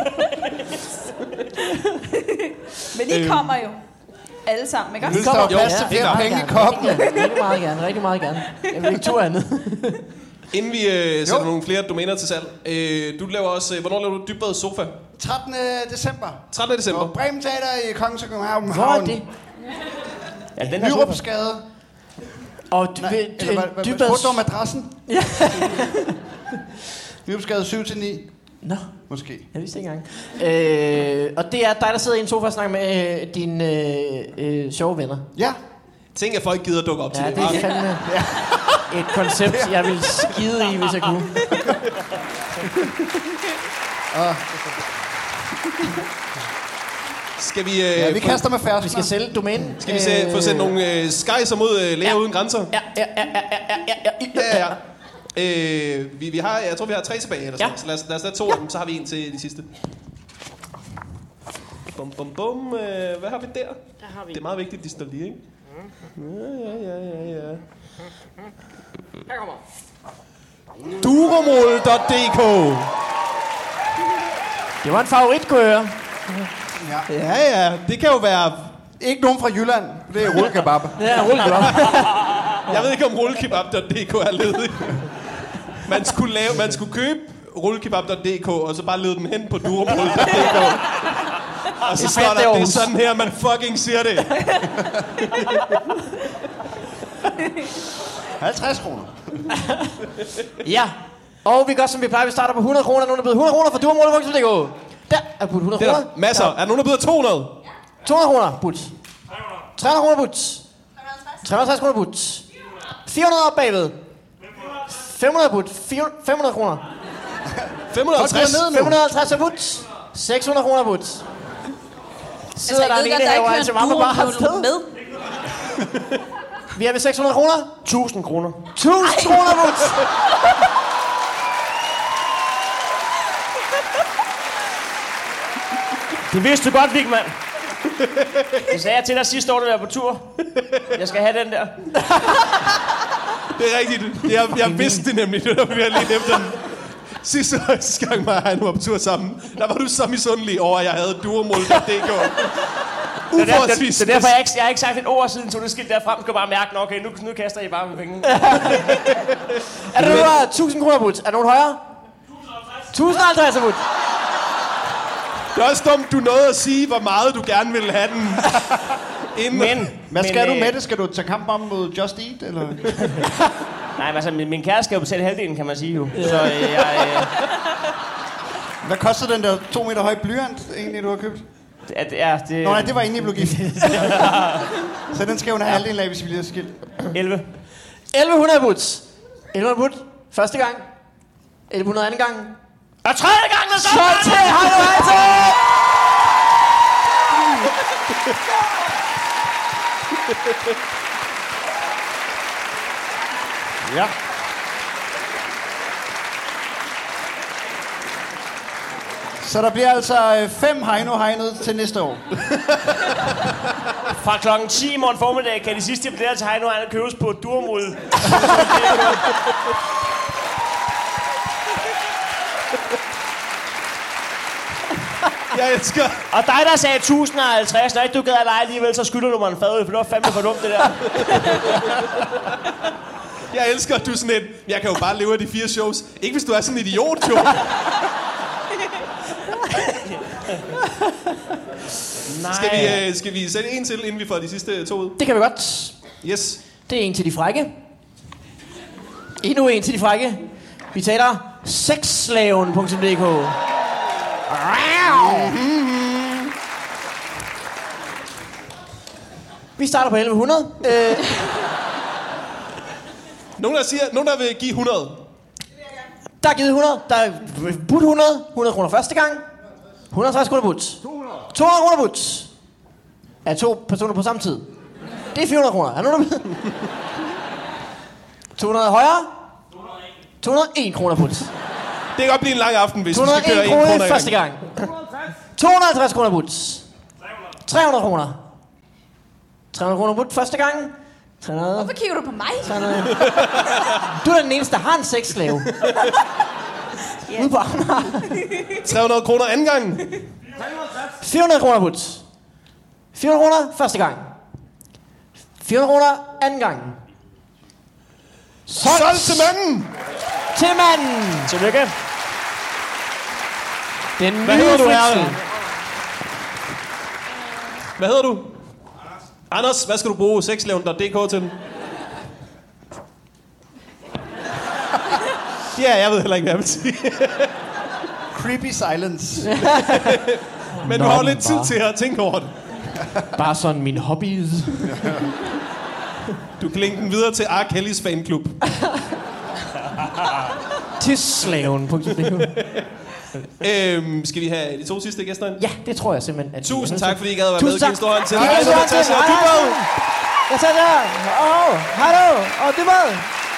Men I kommer jo. Alle sammen, ikke Hvis også? der var Jo, plads til det er flere klart. penge i koppen. Rigtig meget gerne, rigtig meget gerne. Jeg vil ikke tur andet. Inden vi øh, sætter Jo. nogle flere domæner til salg. Øh, du laver også... Øh, hvornår laver du Dybbad Sofa? trettende december. trettende december. På Bremen Teater i Kongens København. Hvor er det? Ja, den her sofa. Nyrupsgade. Og du, Nej, ved, eller hvad, hvad, Dybbad... spurgte du om adressen? Ja. Nyrupsgade syv til ni. Nå, Måske. jeg vidste ikke engang. Øh, og det er dig, der sidder i en sofa og snakker med øh, dine øh, øh, sjove venner. Ja. Tænk, at folk gider dukke op til Ja, det. det er fandme et koncept, jeg vil skide i, hvis jeg kunne. Skal vi... Øh, Ja, vi få- kaster med færdsler. Vi skal sælge domænen. Skal vi se, få sendt nogle øh, skejser mod øh, Læger Ja. Uden Grænser? Ja, ja, ja, ja, ja, ja, ja, Ja, ja. Øh, vi, vi har, jeg tror, vi har tre tilbage, eller sådan. Ja. Så lad os, lad os tage to af dem, så har vi en til de sidste. Bum, bum, bum. Øh, hvad har vi der? Der har vi. Det er meget vigtigt, de står lige, ikke? Ja, ja, ja, ja, ja. Her kommer. Duromol punktum d k. Det var en favorit, kunne jeg høre. Ja, ja. Det kan jo være... Ikke nogen fra Jylland. Det er rullekebab. Det er roligt godt. Jeg ved ikke, om rullekebab punktum d k er ledig. Man skulle, lave, man skulle købe rullekebab punktum d k, og så bare lede den hen på duromol punktum d k. Og så Det er står fedt, det der, er det er Aarhus. sådan her, man fucking siger det. halvtreds kroner. Ja. Og vi gør, som vi plejer. Vi starter på hundrede kroner. Nogen er blevet hundrede kroner for duromol punktum d k. Der er på hundrede Det er kroner. der masser. Er der nogen, der byder to hundrede? to hundrede kroner, but. tre hundrede kroner, but. tre hundrede og halvtreds kroner, but. fire hundrede op bagved. fem hundrede but. fem hundrede kroner. fem hundrede og halvtreds. fem hundrede og halvtreds but. seks hundrede kroner but. Sidder Altså, der jeg en ved godt, der indehaver, ikke altså hører mamma bare har en sted. med. Vi er ved seks hundrede kroner. tusind kroner. tusind kroner but. Det vidste du godt, Vigman. Det sagde jeg til dig sidste år, da jeg var på tur. Jeg skal have den der. Det er rigtigt. Jeg, jeg vidste det nemlig. Det var vi lige efter den. Sidste, sidste gang mig og han var på tur sammen, der var du så misundelig over, at jeg havde duomol punktum d k. Det er, der, det, det er derfor, jeg ikke, jeg har ikke sagt et ord siden, tog det skilt derfra. Du kan bare mærke, nå, okay, nu, nu kaster I bare med penge. Er der nogen, der har tusind kroner but? Er der nogen højere? tusind og halvtreds but. Det er også dumt, du nåede at sige, hvor meget du gerne ville have den. Inden. Men, Hvad skal men, du øh, med det? Skal du tage kamp om mod Just Eat, eller? Nej, men altså, min, min kæreste skal jo betale halvdelen, kan man sige jo. Så øh, jeg... Øh, Hvad koster den der to meter høje blyant, egentlig, du har købt? at, ja, det... Nå nej, det var inden I blev gift. Så den skal hun have halvdelen af, hvis vi bliver skilt. elleve. elleve hundrede but. elleve hundrede but. Første gang. elleve hundrede anden gang. Og tredje gang, der så! Solgt til Heino Hansen! Ja. Så der bliver altså øh, fem Heino Heinet til næste år. Fra klokken ti i morgen formiddag kan de sidste billetter til Heino Hansen købes på Durmod. Jeg elsker. Og dig, der sagde tusind og halvtreds, når ikke du gad at lege alligevel, så skylder du mig en fadøl, for det var fandme for dumt, det der. Jeg elsker, at du er sådan et, jeg kan jo bare leve af de fire shows. Ikke hvis du er sådan en idiot, jo. Nej. Skal vi, øh, skal vi sætte en til, inden vi får de sidste to ud? Det kan vi godt. Yes. Det er en til de frække. Endnu en til de frække. Vi taler sexslaven punktum d k. Vi starter på elleve hundrede. Øh, Nogen, der siger, nogen, der vil give hundrede. der er givet hundrede. Der er budt hundrede. hundrede kroner første gang. et hundrede og halvtreds kroner budt. to hundrede kroner budt. Er to personer på samme tid. Det er fire hundrede kroner. Er nogen, der ved? to hundrede højere. to hundrede og en kroner budt. Det kan godt blive en lang aften, hvis to vi hundrede skal og køre en en kroner kroner i første gang. to hundrede og halvtreds kroner budt. tre hundrede kroner. tre hundrede kroner budt første gang. tre hundrede. Hvorfor kigger du på mig? tre hundrede. Du er den eneste, der har en sexslave. Ja. Ude på Amager. tre hundrede kroner anden gang. fire hundrede kroner budt. fire hundrede kroner første gang. fire hundrede kroner anden gang. Solgt, Solgt til manden. til manden. Tillykke. Den Hvad nye hedder du, fødsel. herre? Hvad hedder du? Anders, hvad skal du bruge sexslaven punktum d k til? Ja, jeg ved heller ikke, hvad jeg vil sige. Creepy silence. Men du har jo lidt tid til at tænke over det. Bare sådan min hobbies. Du kan linke den videre til R. Kellys fanklub. Til slaven punktum d k. øhm, skal vi have de to sidste gæster ind? Ja, det tror jeg simpelthen. At Tusind tak, fordi I gad at være Tusind med. tak. Giv en stor hånd til Giv en Heino, stor hånd til Natasha og Heino. Dybvad. Jeg tager der. Åh, hallo. Og det var.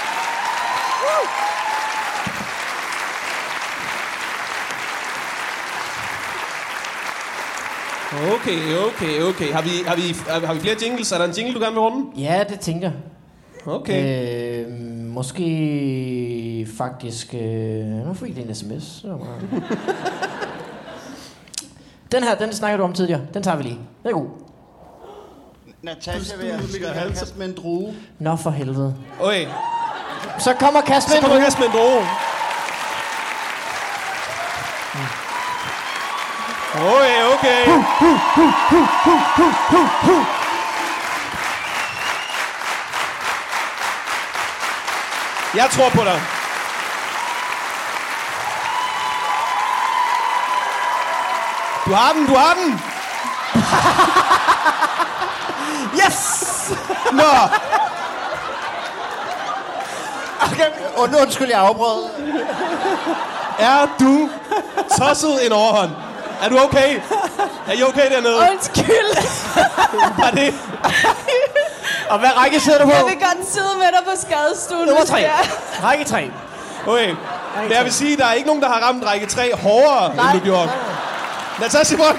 Okay, okay, okay. Har vi, har, vi, har vi flere jingles? Er der en jingle, du gerne vil runde? Ja, det tænker jeg. Okay. Øh, måske faktisk... Øh, nu fik jeg en sms. Det var meget. Den her, den snakker du om tidligere. Den tager vi lige. Den er god. Natasha vil jeg kaste med en drue. Nå for helvede. Okay. Så kommer Kasper. Så kommer Kasper en droge. Okay, okay. Jeg tror på dig. Du har den, du har den. Yes! Nå. Okay, skal... Und, undskyld, jeg afbrød. Er du tosset en overhånd? Er du okay? Er I okay dernede? Undskyld. Var det? Og hvad række sidder du på? Jeg vil godt sidde med dig på skadestuen. Nummer hvis tre. det er. Række tre. Okay. Men jeg vil sige, at der er ikke nogen, der har ramt række tre hårdere, Nej. end du gjorde. Natasja Brok.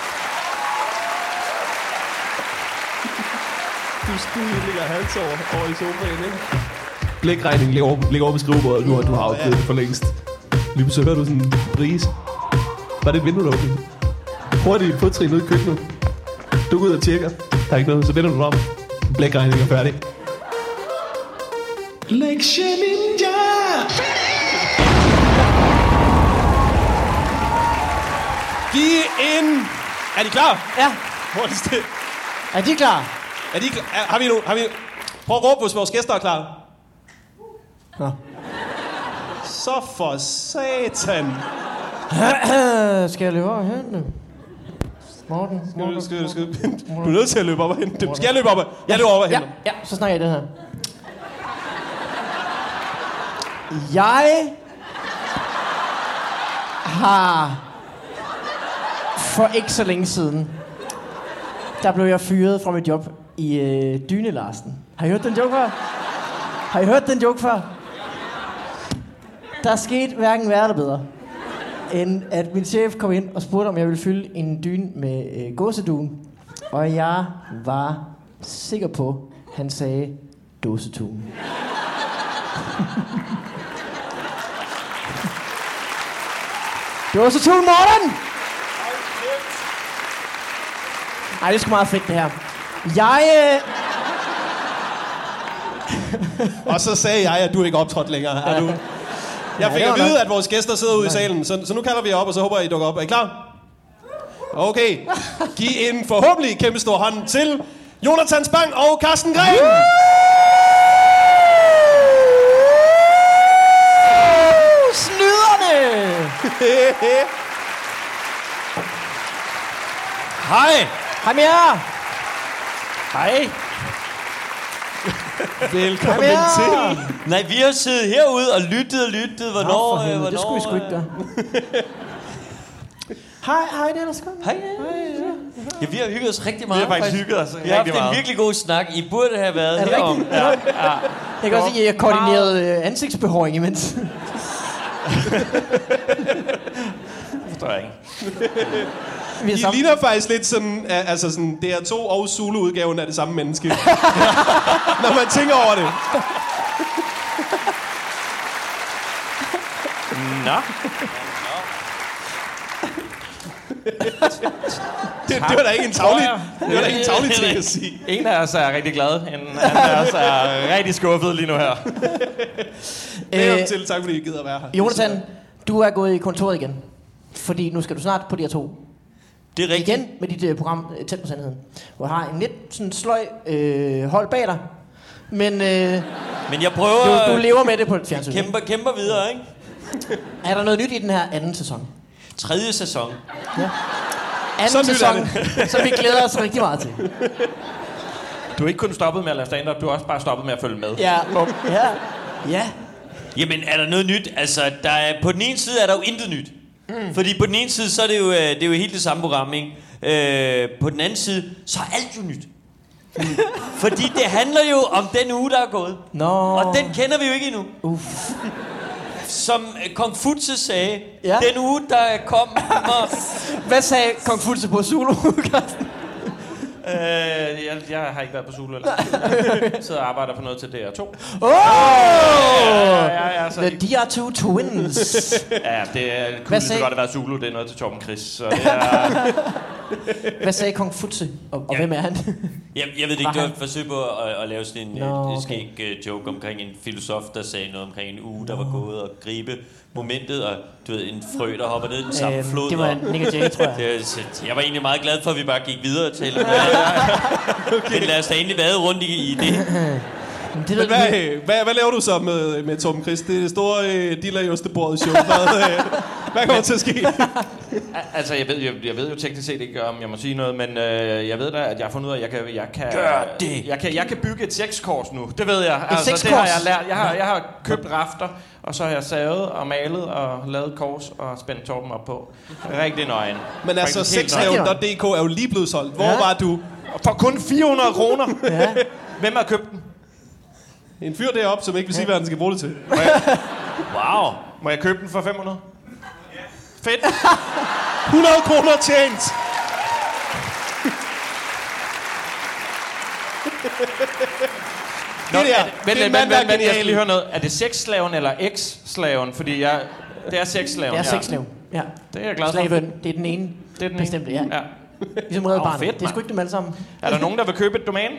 Du skulle ligger hals over, over i sofaen, ikke? Blækregningen ligger over, ligger over på skrivebordet nu, og du har afgivet det for længst. Lige pludselig hører du sådan en brise. Var det et vindue, der åbnede? Hurtigt fodtrin ud i køkkenet. Du går ud og tjekker. Der er ikke noget, så vender du om. Blækregningen er færdig. Lektie Ninja! Giv en... Er de klar? Ja. Hvor er det stille? Er de klar? Er de klar? Er, har vi nu? Har vi... Prøv at råbe, hvis vores gæster er klar. Nå. Så for satan. Skal jeg løbe over og hente dem? Morten, Morten, Skal du, skal, skal, du er nødt til at løbe op og hente dem. Skal jeg løbe op og... Jeg løber op og Ja, hente dem. ja, så snakker jeg det her. Jeg har for ikke så længe siden, der blev jeg fyret fra mit job i øh, Dyne Larsen. Har I hørt den joke før? Har I hørt den joke før? Der er sket hverken værre eller bedre, end at min chef kom ind og spurgte, om jeg ville fylde en dyne med øh, gåseduen. Og jeg var sikker på, han sagde dåsetun. Dåsetun, Morten! Ej, det er sgu meget fedt, det her. Jeg... Øh... Og så sagde jeg, at du ikke optrådte længere. Er du... Jeg fik det at var vide, nok. at vores gæster sidder ude i salen, så, så nu kalder vi jer op, og så håber jeg, I dukker op. Er I klar? Okay. Giv en forhåbentlig kæmpe stor hånd til Jonathan Spang og Carsten Gren. Snyderne! Hej. Hej med jer! Hej. Velkommen Hej med jer! til. Nej, vi har siddet herude og lyttet og lyttet. Hvornår? Nå, for øh, helvede, hvornår det skulle vi sgu ikke gøre. Hej, hej, det er ellers godt. Hej. Ja, vi har hygget os rigtig meget. Vi har faktisk hygget os Vi har haft rigtig meget. en virkelig god snak. I burde have været Er det herom. rigtigt? Ja. Ja. Jeg kan også sige, at jeg koordinerede øh, ansigtsbehåring imens. Forstår jeg ikke. Vi er I sammen. ligner faktisk lidt sådan, uh, altså sådan D R to og Zulu-udgaven af det samme menneske. Når man tænker over det. Nå. Det, det var da ikke en tavlig, det var da ikke en tavlig ting at sige. En af os er rigtig glad. En anden af os er rigtig skuffet lige nu her. Velkommen Øh, til, tak fordi I gider at være her. Jonathan, du er gået i kontoret igen. Fordi nu skal du snart på D R to. Det er rigtigt. Igen med dit uh, program uh, Tæt på Sandheden. Hvor har en lidt sådan sløj uh, hold bag dig. Men uh, Men jeg prøver... du, du lever med det på et fjernsyn. ikke? Kæmper, kæmper videre, ikke? Er der noget nyt i den her anden sæson? Tredje sæson. Anden Så nyt er sæson, som vi glæder os rigtig meget til. Du er ikke kun stoppet med at lave stand-up, du er også bare stoppet med at følge med. Ja, ja, ja. Jamen, er der noget nyt? Altså, der er, på den ene side er der jo intet nyt. Mm. Fordi på den ene side, så er det jo, øh, det er jo helt det samme program, ikke? Øh, på den anden side, så er alt jo nyt. Mm. Fordi det handler jo om den uge, der er gået. Nå. Og den kender vi jo ikke endnu. Uff. Som øh, Kong Futse sagde, Ja. den uge, der kom... Og, Hvad sagde Kong Fulse på Zulu, Carsten? Øh, jeg, jeg har ikke været på Zulu eller Jeg sidder og arbejder på noget til D R to. Åh! Ja, ja, så The D R to Twins. ja, det er Hvad cool, sagde- det godt at være Zulu. Det er noget til Torben Chris. Så det er, Hvad sagde Kong Futse? Og, og Ja. hvem er han? jeg, jeg ved ikke, Var det var han- et forsøg på at, at lave sådan en Nå, Nå, okay. skæg uh, joke omkring en filosof, der sagde noget omkring en uge, der var gået, og gribe momentet, og du ved, en frø, der hopper ned i den samme Øhm, flod. det var og- Nick og Jay, tror jeg. Det, så jeg var egentlig meget glad for, at vi bare gik videre til. Men, okay. Men lad os da egentlig vade rundt i, i det. Men det Men ved, hvad, hvad, hvad laver du så med, med Torben Chris? Det er det store øh, Diller i Ostebordet show. Hvad, øh, Hvad kommer til at ske? Altså, jeg ved, jeg, jeg ved jo teknisk set ikke, om jeg må sige noget, men øh, jeg ved da, at jeg har fundet ud af, at jeg kan... Jeg kan Gør det! Jeg kan, jeg kan bygge et sekskors nu. Det ved jeg. Et Altså, det sekskors? har jeg lært. Jeg har, jeg har købt rafter, og så har jeg savet og malet og lavet kors og spændt Torben op på. Rigtig nøgen. Men altså, sexslaven punktum d k er jo lige blevet solgt. Hvor Ja. var du? For kun fire hundrede kroner. Ja. Hvem har købt den? En fyr deroppe, som ikke vil sige, hvad han skal bruge det til. Wow. Må jeg købe den for fem hundrede? Fedt. hundrede kroner tjent. Nå, Det der, er det, det er vent, en vent, mand, der er vent, vent, jeg skal genial. lige høre noget. Er det sexslaven eller eks-slaven? Fordi jeg... Det er sexslaven, Det er ja. sexslav. Ja. Det er jeg glad for. Slaven, det er den ene. Det er den bestemte, ene. ja. Ja. Ligesom Red Åh, Barnet. fedt, Det er sgu ikke dem alle sammen. Er der nogen, der vil købe et domæne?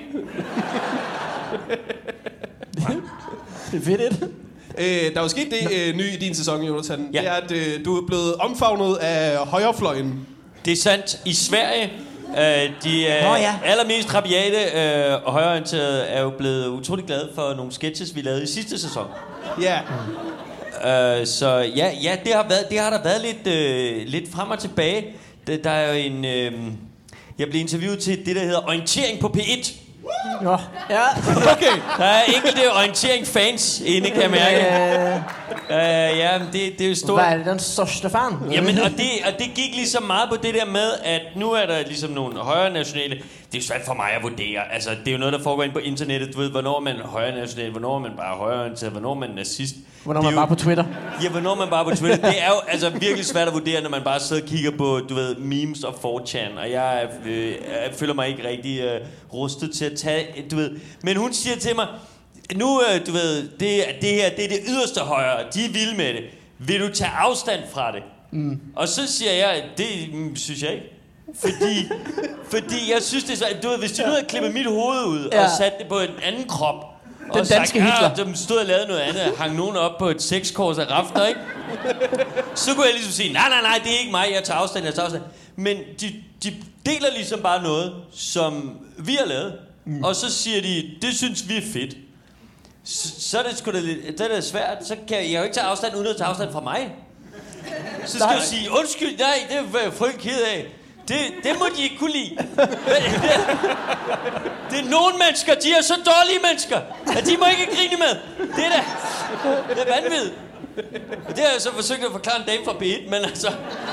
Det er fedt, et. Øh, der er jo sket det øh, nye i din sæson, Jonathan. Ja. Det er, at øh, du er blevet omfavnet af højrefløjen. Det er sandt. I Sverige, øh, de øh, Nå, ja. allermest rabiate øh, og højreorienterede er jo blevet utrolig glade for nogle sketches, vi lavede i sidste sæson. Ja. Øh, så ja, ja det, har været, det har der været lidt, øh, lidt frem og tilbage. Der, der er jo en... Øh, jeg blev interviewet til det, der hedder Orientering på P et. Nå, ja. Okay. Der er enkelte orientering-fans inde, kan jeg mærke. Øh, Øh, ja, men det, det er jo stort. Hvad er det, den største fan? Jamen, og det, og det gik ligesom meget på det der med, at nu er der ligesom nogle højre nationale... Det er jo svært for mig at vurdere. Altså, det er jo noget, der foregår inde på internettet. Du ved, hvornår er man højre national, hvornår er man bare højreorienteret, hvornår er man nazist. Hvornår Det man er bare jo- på Twitter. Ja, hvornår man bare på Twitter. Det er jo altså virkelig svært at vurdere, når man bare sidder og kigger på, du ved, memes og four chan. Og jeg, øh, jeg føler mig ikke rigtig øh, rustet til at tage, du ved. Men hun siger til mig, nu, øh, du ved, det, det her, det er det yderste højre. De er vilde med det. Vil du tage afstand fra det? Mm. Og så siger jeg, det mm, synes jeg ikke. Fordi, fordi jeg synes, det er svært. Du ved, hvis de nu havde klippet mit hoved ud Ja. og sat det på en anden krop, Den og danske Hitler. ja, de stod og lavede noget andet, hang nogen op på et sekskors af rafter, ikke? Så kunne jeg ligesom sige, nej, nej, nej, det er ikke mig, jeg tager afstand, jeg tager afstand. Men de, de deler ligesom bare noget, som vi har lavet. Mm. Og så siger de, det synes vi er fedt. Så, så er det sgu da lidt, det er da svært. Så kan jeg, jeg jo ikke tage afstand, uden at tage afstand fra mig. Så skal Nej. jeg sige, undskyld, nej, det er jeg frygtelig ked af. Det, det må de ikke kunne lide. Men det, det er nogle mennesker, de er så dårlige mennesker, at de må ikke grine med. Det er da, det er vanvittigt. Og det har jeg så forsøgt at forklare en dame fra P et, men altså...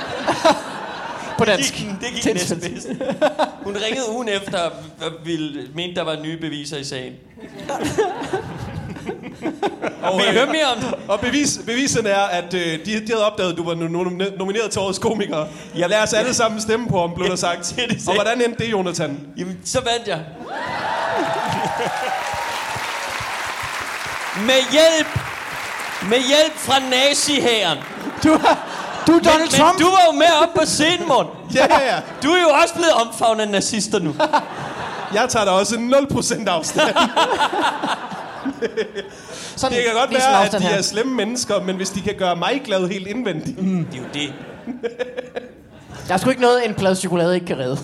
På dansk. Det gik, det gik næsten bedst. Hun ringede ugen efter og ville, mente, der var nye beviser i sagen. Og, Vil I høre mere om det? Og bevis, bevisen er, at øh, de, de havde opdaget, at du var no- nomineret til årets komiker. Jeg lader os alle sammen stemme på, om blev der sagt. Det er det, Og hvordan endte det, Jonathan? Jamen, så vandt jeg. Med hjælp, med hjælp fra nazi-hæren. Du, du er Donald men, Trump. Men du var jo med op på scenen, Morten. Ja, ja, ja. Du er jo også blevet omfavnet af nazister nu. Jeg tager da også nul procent afstand. Sådan, Det kan godt vis en være, at afstand de her. er slemme mennesker, men hvis de kan gøre mig glad helt indvendigt. Mm. Det er jo det. Der er sgu ikke noget, en plade chokolade ikke kan redde.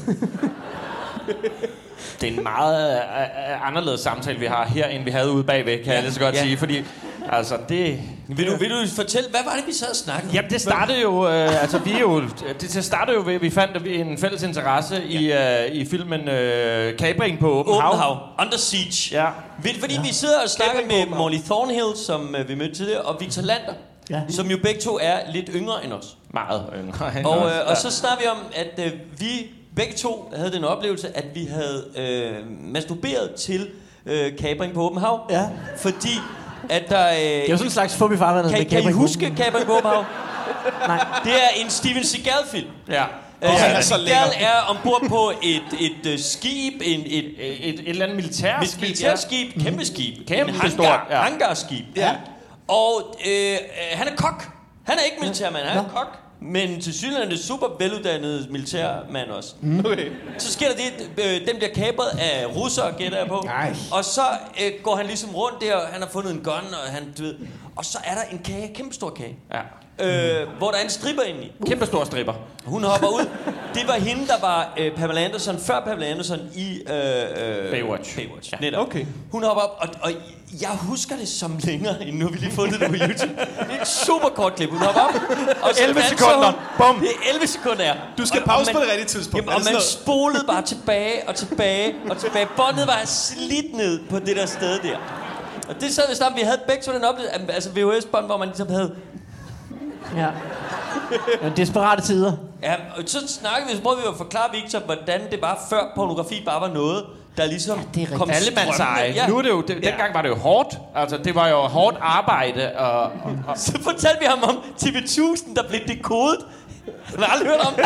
Det er en meget øh, anderledes samtale, vi har her, end vi havde ude bagved, kan ja. jeg lige så godt Ja. sige. Fordi, altså, det... Vil du, vil du fortælle, hvad var det, vi sad og snakkede om? Jamen, det startede jo... Øh, altså, vi er jo... Det, det startede jo ved, at vi fandt en fælles interesse i, øh, i filmen øh, Kapring på Åben Åben Hav. Hav. Under Siege. Ja. Ved, fordi ja. vi sidder og snakker Kapring på med Åben Hav. Molly Thornhill, som øh, vi mødte tidligere, og Victor Lander, Ja. som jo begge to er lidt yngre end os. Meget yngre. end Og, os. øh, og så snakker vi om, at øh, vi begge to havde den oplevelse, at vi havde øh, masturberet til øh, Kapring på Åben Hav. Ja. Fordi at der... Øh, Det er jo sådan en slags fup i farvandet. kan, med kan I Kapring. huske Kapring på Åben Hav? Nej. Det er en Steven Seagal-film. Ja. Øh, han er så Seagal lækker. er ombord på et, et, et skib, en, et, Et, et eller andet militærskib. et militærskib, kæmpe skib, Kæmpe en hangar, stort, ja. hangarskib. Ja. Og øh, øh, han er kok. Han er ikke militærmand, han er kok. Men til synligheden er det super veluddannet militærmand også. Okay. Så sker der det, øh, den bliver kapret af russere, gætter jeg på. Nej. Og så øh, går han ligesom rundt der, og han har fundet en gun, og han, du ved. Og så er der en kage, kæmpe stor kage. Ja. øh, hvor der er en stripper inde i. Kæmpe stor stripper. Hun hopper ud. Det var hende, der var øh, Pamela Anderson, før Pamela Anderson i øh, øh, Baywatch. Baywatch. Ja. Netop. Okay. Hun hopper op, og, og jeg husker det som længere, end nu har vi lige fundet det på YouTube. Det er et super kort klip. Hun hopper op, og så elleve danser sekunder. Hun. Bum. Det er elleve sekunder. Ja. Du skal Og- pause og på man- det rigtige tidspunkt. Jamen, og man spolede bare tilbage og tilbage og tilbage. Båndet var slidt ned på det der sted der. Og det sad vi sammen. Vi havde begge sådan en oplevelse. Altså V H S-bånd, hvor man ligesom havde... Ja. Men desperate tider. Ja, og så snakkede vi, så prøvede vi at forklare Victor, hvordan det var før pornografi bare var noget, der ligesom Ja, det er kom Allemandseje. Ja. Nu er det jo, det, dengang var det jo hårdt. Altså, det var jo hårdt arbejde. Og, og, og. Så fortalte vi ham om T V tusind, der blev dekodet. Jeg har aldrig hørt om det.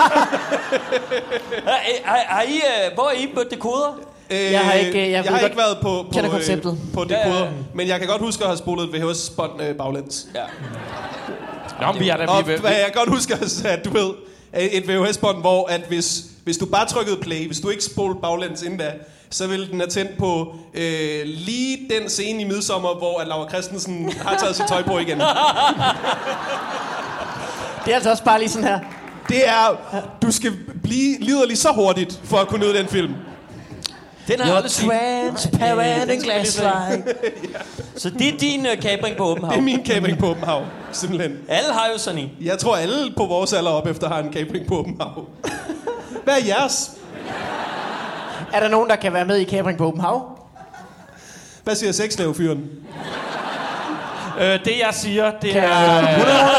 har, har, har I, uh, hvor er I på dekoder? Øh, Jeg har ikke- jeg jeg ved har godt- ikke været på, på, kender øh, konceptet. på Ja, ja, dekoder, ja. men jeg kan godt huske at have spolet et V H S-bånd øh, baglæns. Ja. Nå, vi er da... Og Vi, hvad jeg kan godt huske, at du ved, et V H S-bånd, hvor at hvis, hvis du bare trykkede play, hvis du ikke spolede baglæns inden da, så ville den have tændt på øh, lige den scene i Midsommer, hvor at Laura Christensen har taget sit tøj på igen. Det er altså også bare lige sådan her. Det er, du skal blive liderlig så hurtigt, for at kunne nyde den film. Den har jeg Your aldrig set. transparent and glass-like. Så det er din uh, kapring på åben hav. Det er min capering på åben hav, simpelthen. Alle har jo sådan en. Jeg tror, alle på vores alder op efter har en capering på åben hav. Hvad er jeres? Er der nogen, der kan være med i Capring på Åben Hav? Hvad siger sexslavefyren? øh, det jeg siger, det Kan er... jeg-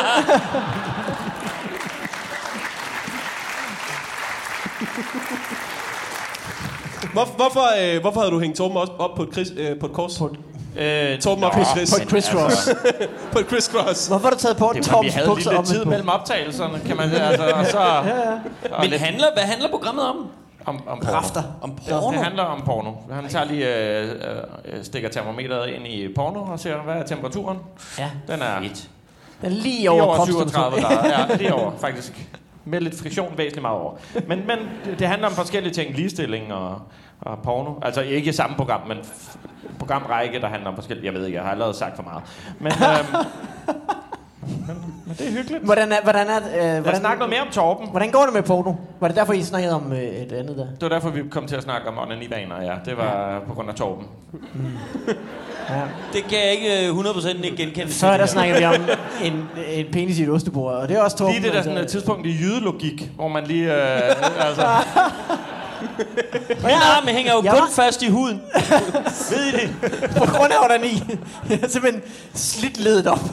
Hvor, hvorfor, øh, hvorfor havde du hængt Torben op, op på, et kris, øh, på et kors? På Øh, Torben op på et kris. På et crisscross. På et crisscross. Hvorfor har du taget på det var, vi Torbens havde bukser lidt om? tid mellem optagelserne, kan man sige. Altså, og så, ja, ja. Men handler, hvad handler programmet om? Om, om porno. Kræfter. Om Ja, porno? det handler om porno. Han tager lige, øh, øh, stikker termometeret ind i porno og ser, hvad er temperaturen. Ja. Den er Den er lige lige over, over kropstemperatur. syvogtredive grader. Ja, lige over, faktisk. Med lidt friktion væsentligt meget over. Men, men det, det handler om forskellige ting. Ligestilling og, og porno. Altså ikke i samme program, men f- programrække, der handler om forskellige... Jeg ved ikke, jeg har allerede sagt for meget. Men, øhm, men, men det er hyggeligt. Hvordan er, hvordan er, øh, Jeg hvordan, snakker noget mere om Torben. hvordan går det med porno? Var det derfor, I snakkede om øh, et andet der? Det var derfor, vi kom til at snakke om onanivaner, ja. Det var ja. på grund af Torben. Ja. Det kan jeg ikke uh, hundrede procent ikke genkende. Før der snakkede vi om en, en penis i et ostebord, og det er også Torben. Lige det der sådan, altså. et tidspunkt i jydelogik, hvor man lige... Øh, altså, Min arme hænger jo Ja. kun fast i huden. Ved I det? På grund af onani. Jeg har simpelthen slidt ledet op.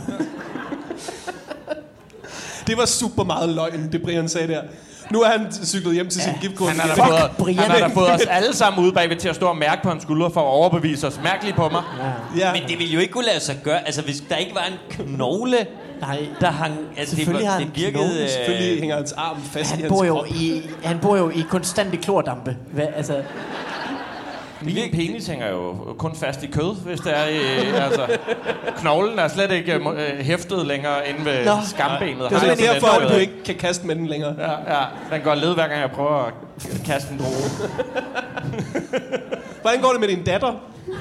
Det var super meget løgn, det Brian sagde der. Nu er han cyklet hjem til sin giftkone. han har da Fuck, fået, Brian. han har da fået os alle sammen ude bagved til at stå og mærke på hans skulder for at overbevise os. Mærk lige på mig. Ja. Men det ville jo ikke kunne lade sig gøre. Altså, hvis der ikke var en knogle, Nej. der hang... Altså, det, Selvfølgelig var, har det han virkede... knogle. øh, Selvfølgelig hænger hans arm fast i Han hans bor, jo krop. i, han bor jo i konstante klordampe. Hvad, altså, Min penis hænger jo kun fast i kød, hvis det er i... Altså, knoglen er slet ikke øh, hæftet længere inde ved Nå. skambenet. Det er Har jeg simpelthen sådan derfor, et, at du øh, ikke kan kaste med den længere. Ja, ja. Den går led, hver gang jeg prøver at kaste en droge. Hvordan går det med din datter?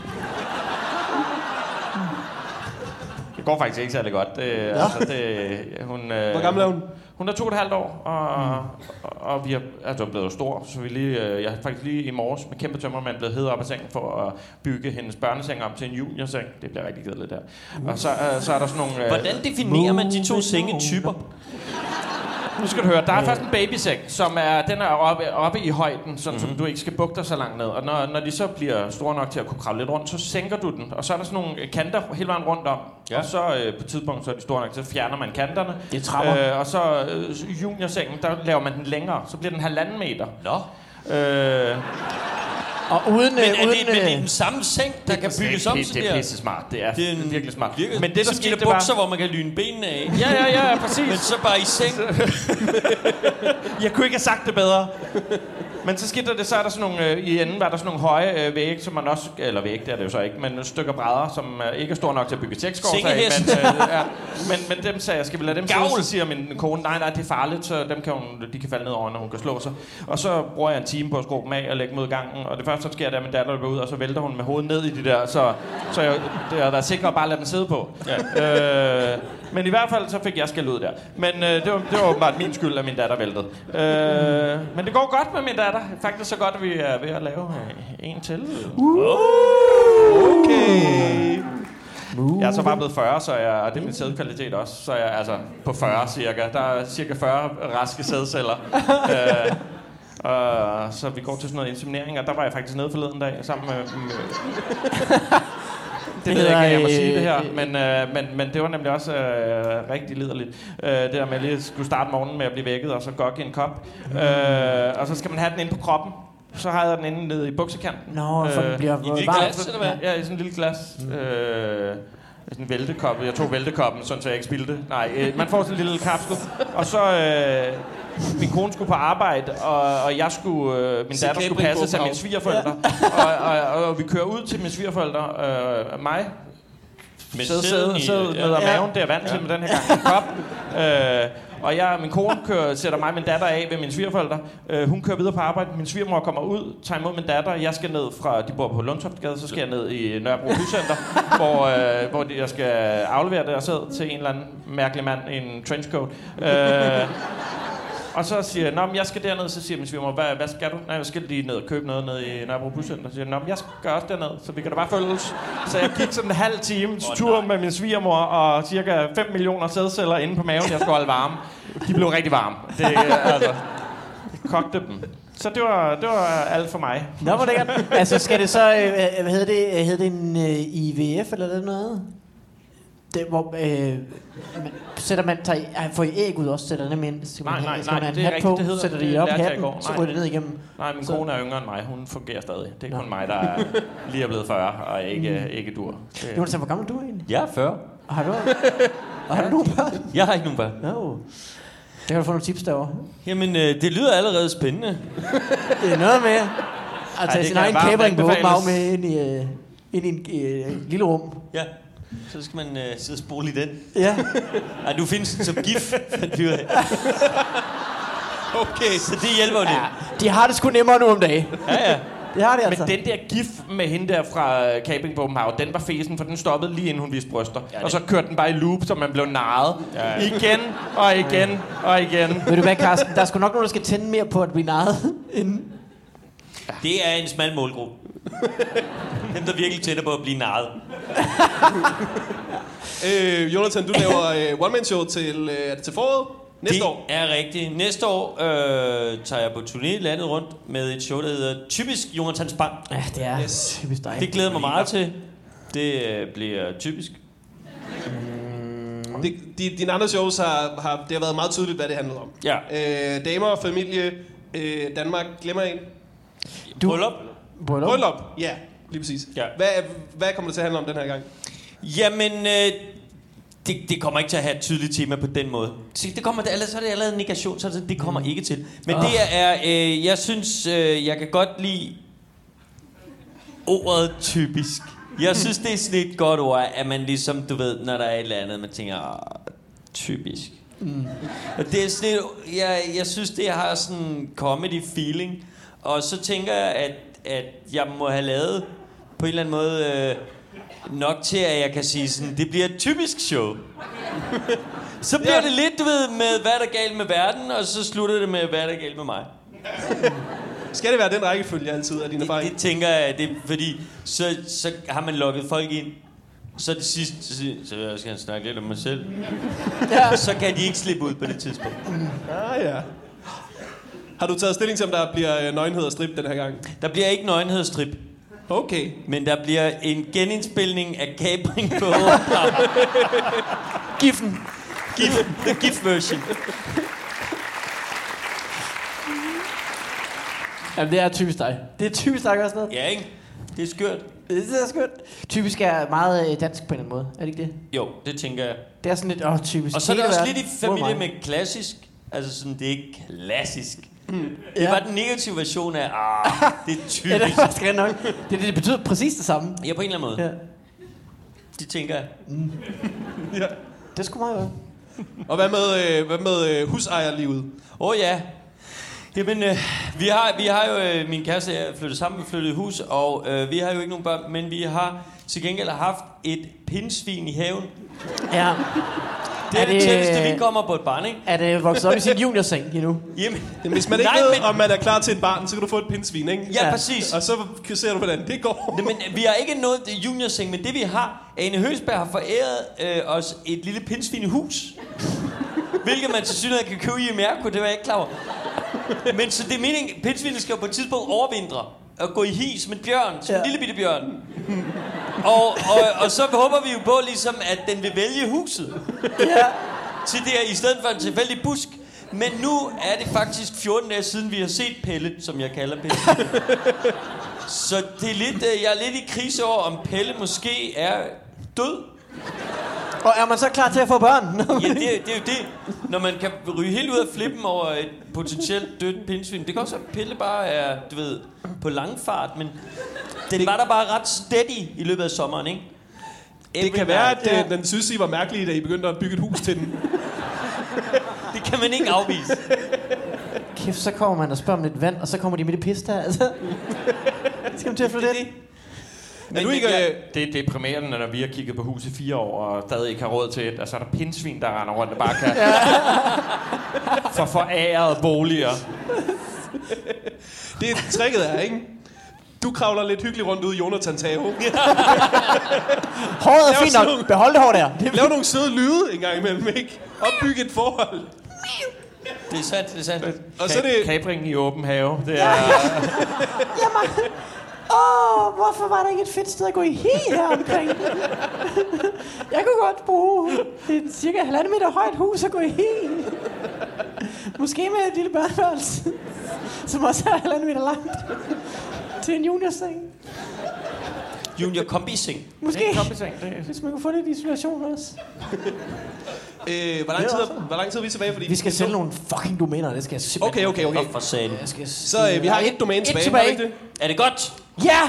Det går faktisk ikke særlig godt. Det, altså, det, hun, øh, Hvor gammel er hun? Hun er to og et halvt år, og, mm. og, og vi er altså, blevet stor, så vi lige, øh, jeg har faktisk lige i morges med kæmpe tømmermand blevet hævet op af sengen for at bygge hendes børneseng om til en juniorseng. Det bliver rigtig kedeligt der. Mm. Og så, øh, så er der sådan nogle... Øh, Hvordan definerer man de to sengetyper? Nu skal du høre, der er først en babyseng, som er, den er oppe, oppe i højden, sådan mm-hmm. som du ikke skal bukke dig så langt ned. Og når, når de så bliver store nok til at kunne kravle lidt rundt, så sænker du den. Og så er der sådan nogle kanter hele vejen rundt om. Ja. Og så øh, på et tidspunkt, så er de store nok, så fjerner man kanterne. Det trapper. Øh, og så øh, juniorsengen, der laver man den længere. Så bliver den halvanden meter. Nå. Øh, og uden... Men er, øh, uden det, men det er øh, den samme seng, der kan bygges om det, til det det er her? pisse smart. Det er, Det er en- virkelig smart. Virker, Men det, der som skete, de det var... bukser, hvor man kan lyne benene af. Ja, ja, ja, præcis. Men så bare i seng. Jeg kunne ikke have sagt det bedre. Men så skete der det, så er der sådan nogle, øh, i enden var der sådan nogle høje øh, vægge, som man også, eller vægge, det er det jo så ikke, men stykker brædder, som øh, ikke er store nok til at bygge seksgårds af. Men, øh, ja, men, men dem sagde jeg, skal vi lade dem sidde? Så siger min kone, nej, nej, det er farligt, så dem kan hun, de kan falde ned over, når hun kan slå sig. Og så bruger jeg en time på at skrue dem af og lægge dem ud i gangen, og det første, der sker, det er, at min datter løber ud, og så vælter hun med hovedet ned i de der, så, så jeg, det har været sikker at bare lade dem sidde på. Ja. Øh, men i hvert fald, så fik jeg skæld ud der. Men øh, det, var, det var åbenbart min skyld, at min datter væltede. Øh, men det går godt med min datter. Faktisk så godt, at vi er ved at lave øh, en til. Uh. Okay. Jeg er så bare blevet fyrre, så jeg, og det er min sædkvalitet også. Så jeg er altså på fyrre cirka. Der er cirka fyrre raske sædceller. øh, og så vi går til sådan noget inseminering, og der var jeg faktisk nede forleden dag sammen med... med det ved jeg ikke, jeg må sige det her, men, øh, men, men det var nemlig også øh, rigtig liderligt. Øh, det der med at lige skulle starte morgenen med at blive vækket, og så gokke en kop. Øh, og så skal man have den inde på kroppen. Så har jeg den inde nede i buksekanten. Nå, for den bliver i et lille glas, eller hvad? Ja, i sådan en lille glas. Mm. Øh, sådan en væltekop. Jeg tog væltekoppen, sådan så jeg ikke spildte. Nej, øh, man får sådan en lille kapsel. Og så... Øh, min kone skulle på arbejde, og, og jeg skulle, øh, min datter skulle passe af mine svigerforældre. Ja. og, og, og vi kører ud til mine svigerforældre, øh, mig, med sæde, sæde, sæde ned ad ja. maven, det er vant til med den her gang en kop. Øh, og jeg, min kone kører, sætter mig og min datter af ved mine svigerforældre. Øh, hun kører videre på arbejde, min svigermor kommer ud, tager imod min datter. Jeg skal ned fra, de bor på Lundtoftegade, så skal jeg ned i Nørrebro Bycenter, hvor, øh, hvor jeg skal aflevere det og sæde til en eller anden mærkelig mand i en trenchcoat. Øh, Og så siger jeg, nå, men jeg skal derned, så siger min svigermor, hvad, hvad skal du? Nej, jeg skal lige ned og købe noget nede i Nørrebro Bycenter. Så siger jeg, nå, men jeg skal også derned, så vi kan da bare følges. Så jeg gik sådan en halv time oh, tur med min svigermor og cirka fem millioner sædceller inde på maven, jeg skulle holde varme. De blev rigtig varme. Det, altså, jeg kogte dem. Så det var, det var alt for mig. Nå, hvor lækkert. Altså, skal det så, øh, hvad hedder det, hedder det en øh, I V F eller noget? Det, hvor øh, man, sætter man tager, får I æg ud også, sætter dem ind? Skal nej, man, nej, skal nej, man det er rigtigt, på, det hedder, sætter det, de op det hatten, så ryger det ned igennem. Nej, min så. kone er yngre end mig, hun fungerer stadig. Det er kun Nå. mig, der er lige er blevet fyrre og ikke, mm. ikke dur. Jonas, hvor gammel er du egentlig? Jeg er fyrre. Og har du, og har du nogle børn? Jeg har ikke nogen børn. No. Det kan du få nogle tips derovre. Jamen, øh, det lyder allerede spændende. Det er noget med at tage sin egen kæbring på åben mag med ind i, uh, ind i en uh, lille rum. Ja. Så skal man øh, sidde og spole i den. Ja. Ej, du findes som gif. Okay. Så det hjælper jo det. Ja, de har det sgu nemmere nu om dagen. Ja, ja. Det har de altså. Men den der gif med hende der fra Cabing på Hav, den var fesen, for den stoppede lige inden hun viste bryster. Ja, og så kørte den bare i loop, så man blev narret. Ja, ja. Igen og igen og igen. Ved du hvad, Carsten? Der er sgu nok nogen, der skal tænde mere på at blive narret inden. Det er en smal målgruppe. Dem, der virkelig tænder på at blive narret. øh, Jonathan, du laver øh, one-man-show til, øh, til foråret. Næste det år. Det er rigtigt. Næste år øh, tager jeg på turné landet rundt med et show, der hedder Typisk Jonathan Spang. Ja, det er yes. typisk dig. Det glæder mig meget til. Det øh, bliver typisk. Mm. De, de, dine andre shows har, har, det har været meget tydeligt, hvad det handler om. Ja. Øh, damer, familie, øh, Danmark, glemmer en. Du... Bryllup. Bryllup. Bryllup, ja, lige præcis. Ja. Hvad, hvad kommer det til at handle om den her gang? Jamen, øh, det, det kommer ikke til at have et tydeligt tema på den måde. Se, det kommer, så er det allerede negation, så det kommer mm. ikke til. Men oh. det er, øh, jeg synes, øh, jeg kan godt lide ordet typisk. Jeg synes, det er sådan et godt ord, at man ligesom, du ved, når der er et eller andet, man tænker, typisk. Mm. Og det er sådan et, jeg, jeg synes, det har sådan en comedy feeling. Og så tænker jeg, at, at jeg må have lavet på en eller anden måde øh, nok til, at jeg kan sige sådan, det bliver et typisk show. Så bliver ja. det lidt, du ved, med hvad der er galt med verden, og så slutter det med, hvad der er galt med mig. Skal det være den rækkefølge altid af din erfaring? Det, det tænker jeg, det er, fordi så, så har man lukket folk ind. Så det sidste, så, så skal jeg snakke lidt om mig selv. Ja. Så kan de ikke slippe ud på det tidspunkt. Ah ja. Har du taget stilling til, om der bliver nøgenhed og strip den her gang? Der bliver ikke nøgenhed og strip. Okay. Men der bliver en genindspilning af Cabring på Giffen. Giffen. The gift version. Jamen, det er typisk dig. Det er typisk dig også noget. Ja, ikke? Det er skørt. Det er skørt. Typisk er meget dansk på en måde, er det ikke det? Jo, det tænker jeg. Det er sådan lidt, åh, typisk. Og så er det også lidt i familie med klassisk. Altså sådan, det er ikke klassisk. Mm. Det ja. var den negative version af, ah, det er typisk. Ja, det er faktisk rigtig nok. Det, det betyder præcis det samme. Ja, på en eller anden måde. Ja. De tænker jeg. Mm. Ja. Det skulle meget godt. Og hvad med, øh, hvad med øh, husejerlivet? Åh oh, ja. Jamen, øh, vi, har, vi har jo, øh, min kæreste og jeg flyttet sammen, vi flyttede i hus, og øh, vi har jo ikke nogen børn, men vi har til gengæld haft et pindsvin i haven. Ja. Det er, er det, det tætteste, vi kommer på et barn, ikke? Er det vokset op i sin juniorseng endnu? Jamen, hvis man ikke nej, ved, men... om man er klar til et barn, så kan du få et pindsvin, ikke? Ja, ja. Præcis. Og så ser du, hvordan det går. Men vi har ikke noget juniorseng, men det vi har, Ane Høgsberg har foræret øh, os et lille pindsvin i hus. Hvilket man til synligheden kan købe i Mærko, det var jeg ikke klar over. Men så det er meningen, pindsvinet skal jo på et tidspunkt overvintre og gå i hi som en bjørn, som ja. en lille bitte bjørn. Og, og, og så håber vi jo på ligesom, at den vil vælge huset. Ja. Til det her, i stedet for en tilfældig busk. Men nu er det faktisk fjorten dage siden, vi har set Pelle, som jeg kalder Pelle. Så det er lidt, jeg er lidt i krise over, om Pelle måske er død. Og er man så klar til at få børn? Ja, det, det er jo det. Når man kan ryge helt ud af flippen over et potentielt dødt pindsvin. Det kan også være, at Pelle bare er, du ved, på langfart, men den var der bare ret steady i løbet af sommeren, ikke? Every det kan være, at ja. den synes, I var mærkelige, da I begyndte at bygge et hus til den. Det kan man ikke afvise. Kæft, så kommer man og spørger om lidt vand, og så kommer de med det pis der, altså. Skal man til at flytte det? Men du ikke, det, det er deprimerende, når vi har kigget på hus i fire år, og stadig ikke har råd til et, og så er der pindsvin, der render rundt og bare kan for forærede boliger. Det er tricket er, ikke? Du kravler lidt hyggeligt rundt ude i Jonathans have. Håret er fint nok. Behold det hår der. Lav nogle søde lyde en gang imellem, ikke? Opbygge et forhold. Det er sandt, det er sandt. Og så er det... Kapringen i åben have. Det er... Jamen... Åh, oh, hvorfor var der ikke et fedt sted at gå i hi her omkring? Jeg kunne godt bruge et cirka halvanden meter højt hus at gå i hi. Måske med et lille børneværelse, som også er halvanden meter langt. Til en juniorseng. Junior kombiseng. Måske, kombiseng, det er... hvis man kunne få lidt isolation også. øh, hvor, lang tid, hvor lang tid er vi tilbage? Fordi vi skal sælge nogle fucking domæner, det skal jeg simpelthen... Okay, okay, okay. For sagen. Så øh, vi har et domæne tilbage, tilbage. Er det? Er det godt? Ja!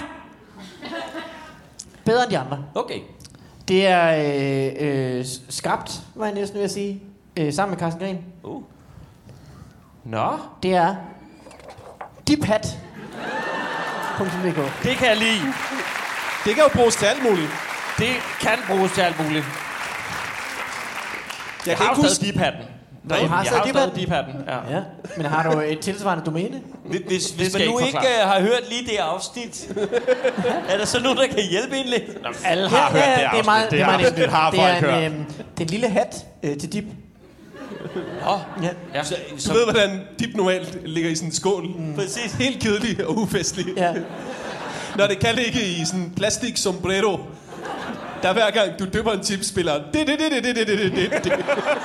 Bedre end de andre. Okay. Det er øh, øh, skabt, var jeg næsten ved at sige, øh, sammen med Carsten Gren. Uh. Nå. Det er diphat. Det kan jeg lide. Det kan jo bruges til alt muligt. Det kan bruges til alt muligt. Jeg, jeg har jo stadig diphatten. Nå, jeg har stadig diphatten. Ja. Ja. Men har du et tilsvarende domæne? Hvis, hvis, hvis man nu ikke uh, har hørt lige det afsnit, er der så nogen, der kan hjælpe en lidt? Nå, alle har ja, hørt ja, det afsnit. Det, er meget, det, det afsnit har folk hørt. Det er en, øh, det er en lille hat øh, til dip. Nå, ja. Ja. Så, du så... ved, hvordan dip normalt ligger i sådan en skål. Mm. Præcis. Helt kedelig og ufestlig. Ja. Når det kan ligge i sådan en plastik sombrero, der hver gang du dypper en chip, spiller det, det, det, det, det, det, det, det, det.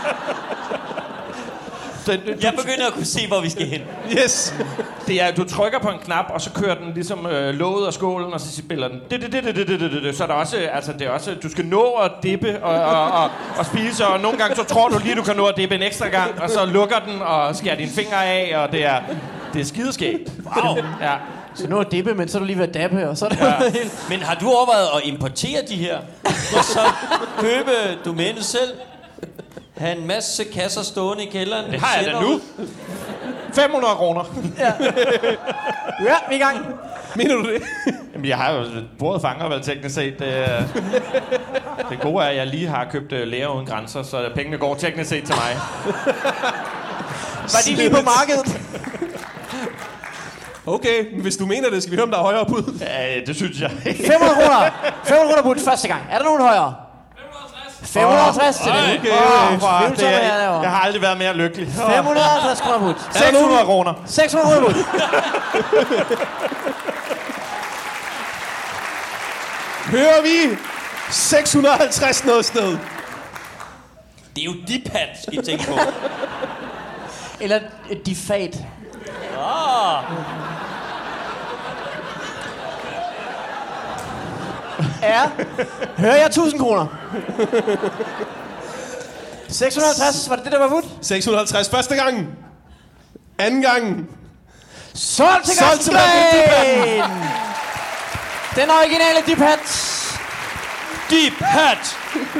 Jeg begynder at kunne se, hvor vi skal hen. Yes. Det er, du trykker på en knap, og så kører den ligesom øh, låget af skålen, og så spiller den. Det, det, det, det, det, det, det. Så er der også, altså det er også, du skal nå at dippe og, og, og, og spise, og nogle gange så tror du lige, du kan nå at dippe en ekstra gang, og så lukker den og skærer dine fingre af, og det er, det er skideskægt. Wow. Ja. Så nu at dippe, men så er du lige ved at dappe, og så er det ja. helt... Men har du overvejet at importere de her? Og så købe domænet selv? Have en masse kasser stående i kælderen? Det har jeg da nu. fem hundrede kroner. Ja. Ja, vi er i gang. Mener du det? Jamen, jeg har jo bordet fanger vel teknisk set. Det, det gode er, at jeg lige har købt Læger Uden Grænser, så pengene går teknisk set til mig. Var de lige på markedet? Okay, men hvis du mener det, skal vi høre, om der er højere bud. Ja, det synes jeg. fem hundrede kroner. fem hundrede kroner bud første gang. Er der nogen højere? fem hundrede og halvtreds til det. Okay, okay. Oh, det er, jeg har aldrig været mere lykkelig. fem hundrede og halvtreds kroner bud. seks hundrede kroner. seks hundrede kroner bud. Hører vi seks hundrede og halvtreds noget sted? Det er jo diphat, skal I tænke på. Eller difat. Ah. Ja. Hører jeg tusind kroner? seks hundrede og halvtreds, var det det, der var vundet? seks hundrede og halvtreds første gang. Anden gang. Solgt til Solgt til Carsten Den originale Deep Hat. Deep Hat!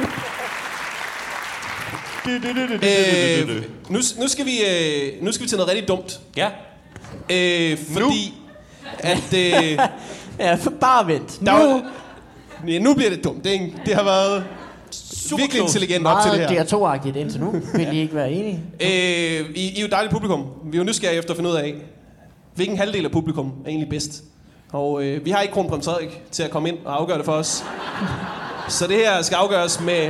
øh, nu, nu, skal vi, øh, nu skal vi til noget rigtig dumt. Ja. Øh, fordi... Nu? At... Øh, ja, bare vent. Nu... Var, ja, nu bliver det dumt, ikke? Det har været... Super virkelig intelligent op til det her. Det er to-agtigt indtil nu. Vil I ikke være enige? Øh, I, I er jo dejligt publikum. Vi er jo nysgerrige efter at finde ud af, hvilken halvdel af publikum er egentlig bedst. Og øh, vi har ikke kronprins Frederik til at komme ind og afgøre det for os. Så det her skal afgøres med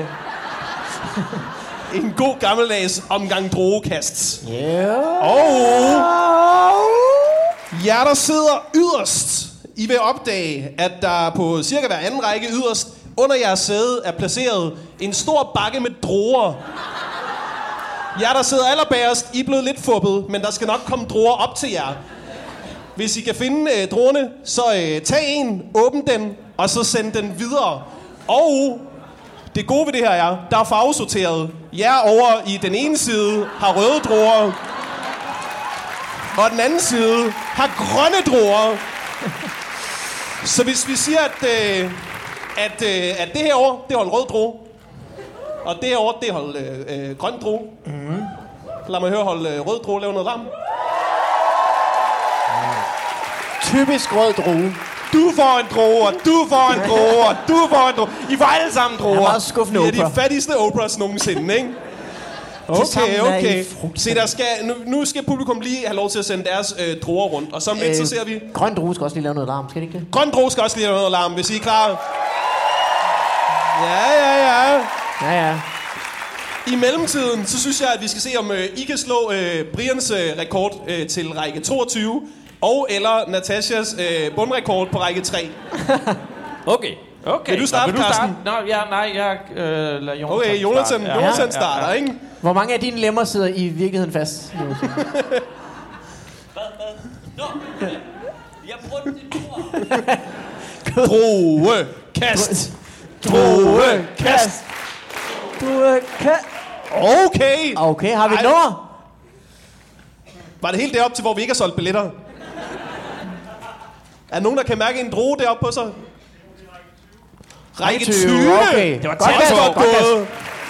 en god gammeldags omgang drogekast. Yeah. Og jer, der sidder yderst, I vil opdage, at der på cirka hver anden række yderst under jeres sæde er placeret en stor bakke med droger. Jer, der sidder allerbærest, I er blevet lidt fuppet, men der skal nok komme droger op til jer. Hvis I kan finde øh, drogerne, så øh, tag en, åbn den, og så send den videre. Og det gode ved det her er, der er farvesorteret. Jer over i den ene side har røde droger, og den anden side har grønne droger. Så hvis vi siger, at, øh, at, øh, at det herovre, det holder rød droge, og det herovre, det holder øh, øh, grøn droge. Mm. Lad mig høre holde øh, rød droge lave noget larm. Typisk rød droge. Du får en droge, og du får en droge, og du får en droge. I får alle sammen droger. Jeg er meget skuffende I er Oprah. de fattigste Oprahs nogensinde, ikke? Okay, okay. Se, der skal, nu, nu skal publikum lige have lov til at sende deres øh, droger rundt. Og så om lidt, øh, så ser vi... Grøn droge skal også lige lave noget larm, skal det ikke det? Grøn droge skal også lige lave noget larm, hvis I er klar. Ja, ja, ja. Ja, ja. I mellemtiden, så synes jeg, at vi skal se, om øh, I kan slå øh, Brians øh, rekord øh, til række toogtyve. Og eller Natashas øh, bundrekord på række tre. Okay. Okay. Vil du starte, Nå, vil du Carsten? Nå, ja, nej, jeg øh, lader Jonathan Okay, Jonathan, starte. Ja, Jonathan ja, starter, ja, ja. ikke? Hvor mange af dine lemmer sidder i virkeligheden fast? Hvad, hvad? Nå, jeg brugte det ord. Droge, kast. Droge, kast. Du kan... Okay. Okay, har vi et Ej. nummer? Var det helt derop til, hvor vi ikke har solgt billetter? Er der nogen, der kan mærke en droge deroppe på sig? Række tyve. Okay. Det var Godt tæt på. godt gået.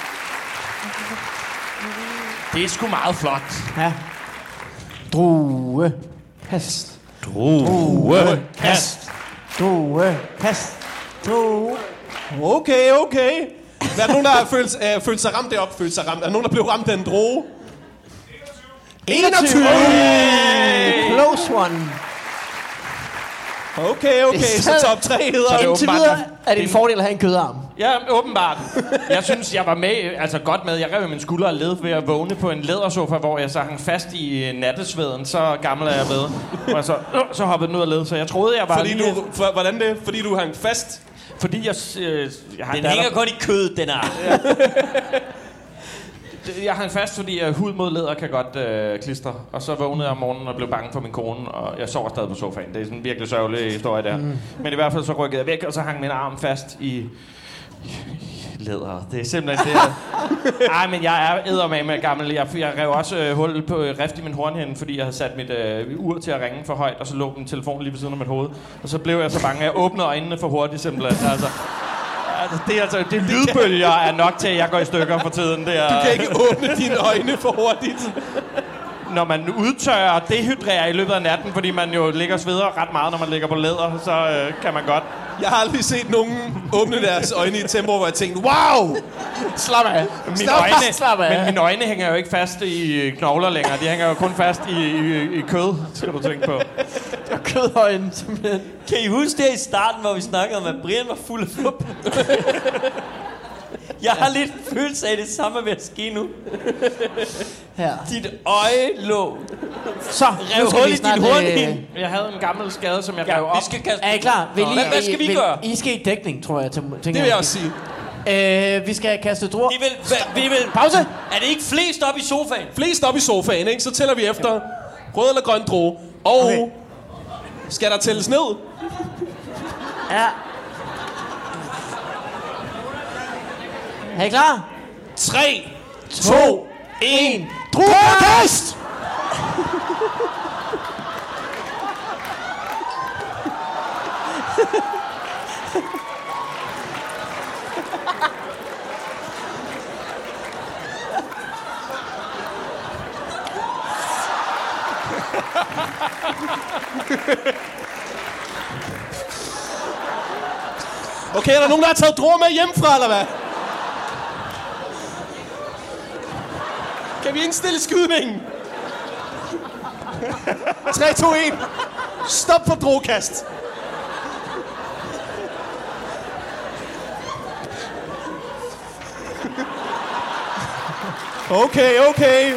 Det er sgu meget flot. Ja. Drue. Kast. Droge, kast. Drue. Kast. Drue. Okay, okay. Hvad er der nogen, der har følt, øh, følt sig ramt deroppe? Følt sig ramt? Er der nogen, der blev ramt af en droge? enogtyve. Hey. Close one. Okay, okay. Så top tre hedder... Indtil videre er det en fordel at have en kødarm. Ja, åbenbart. Jeg synes, jeg var med, altså godt med. Jeg rev min skulder og led ved at vågne på en lædersofa, hvor jeg så hang fast i nattesveden. Så gammel er jeg blevet. Og så, øh, så hoppede den ud af led, så jeg troede, jeg var Fordi lige... du, for, hvordan det? Fordi du hang fast? Fordi jeg... Øh, jeg har Den en hænger datter- godt i kødet, den er. Jeg hang fast, fordi uh, hud mod læder kan godt uh, klistre. Og så vågnede jeg om morgenen og blev bange for min kone, og jeg sover stadig på sofaen. Det er sådan en virkelig sørgelig historie der. Mm. Men i hvert fald så rykkede jeg væk, og så hang min arm fast i... i læder. Det er simpelthen det. Ej, men jeg er eddermame gammel. Jeg, jeg rev også øh, hul på øh, rift i min hornhinde, fordi jeg havde sat mit øh, ur til at ringe for højt, og så lå min telefon lige ved siden af mit hoved. Og så blev jeg så bange, at jeg åbnede øjnene for hurtigt simpelthen. Altså, altså, det er altså det lydbølger er nok til, at jeg går i stykker for tiden. Det er, Du kan ikke åbne dine øjne for hurtigt. Når man udtørrer og dehydrerer i løbet af natten, fordi man jo ligger og sveder ret meget, når man ligger på læder, så øh, kan man godt. Jeg har aldrig set nogen åbne deres øjne i et tempo, hvor jeg tænkte, wow! Slap af. Mine Slap, øjne, slap af. men mine øjne hænger jo ikke fast i knogler længere. De hænger jo kun fast i, i, i kød, skal du tænke på. Det var kødøjne, simpelthen. Kan I huske det i starten, hvor vi snakkede om, at Brian var fuld af fup? Jeg har lidt følelse af det samme ved at ske nu. Her. Dit øje lå. Så, Rev nu skal hul vi i snart... din øh, hornhinde. Jeg havde en gammel skade, som jeg Ja, rev op. vi skal kaste... Er I klar? Vil I, Hvad- hvad skal vi vil, gøre? I skal i dækning, tror jeg. Tænker Det vil jeg også sige. Øh, vi skal kaste druer. Vi vil, hva- vi vil... Pause. Er det ikke flest op i sofaen? Flest op i sofaen, ikke? Så tæller vi efter rød eller grøn droge. Og Okay. skal der tælles ned? Ja. Er I klar? tre, to, et. Druekast! Okay, er der nogen, der har taget druer med hjemmefra, eller hvad? Kan vi indstille skydningen? tre, to, et. Stop for druekast. Okay, okay.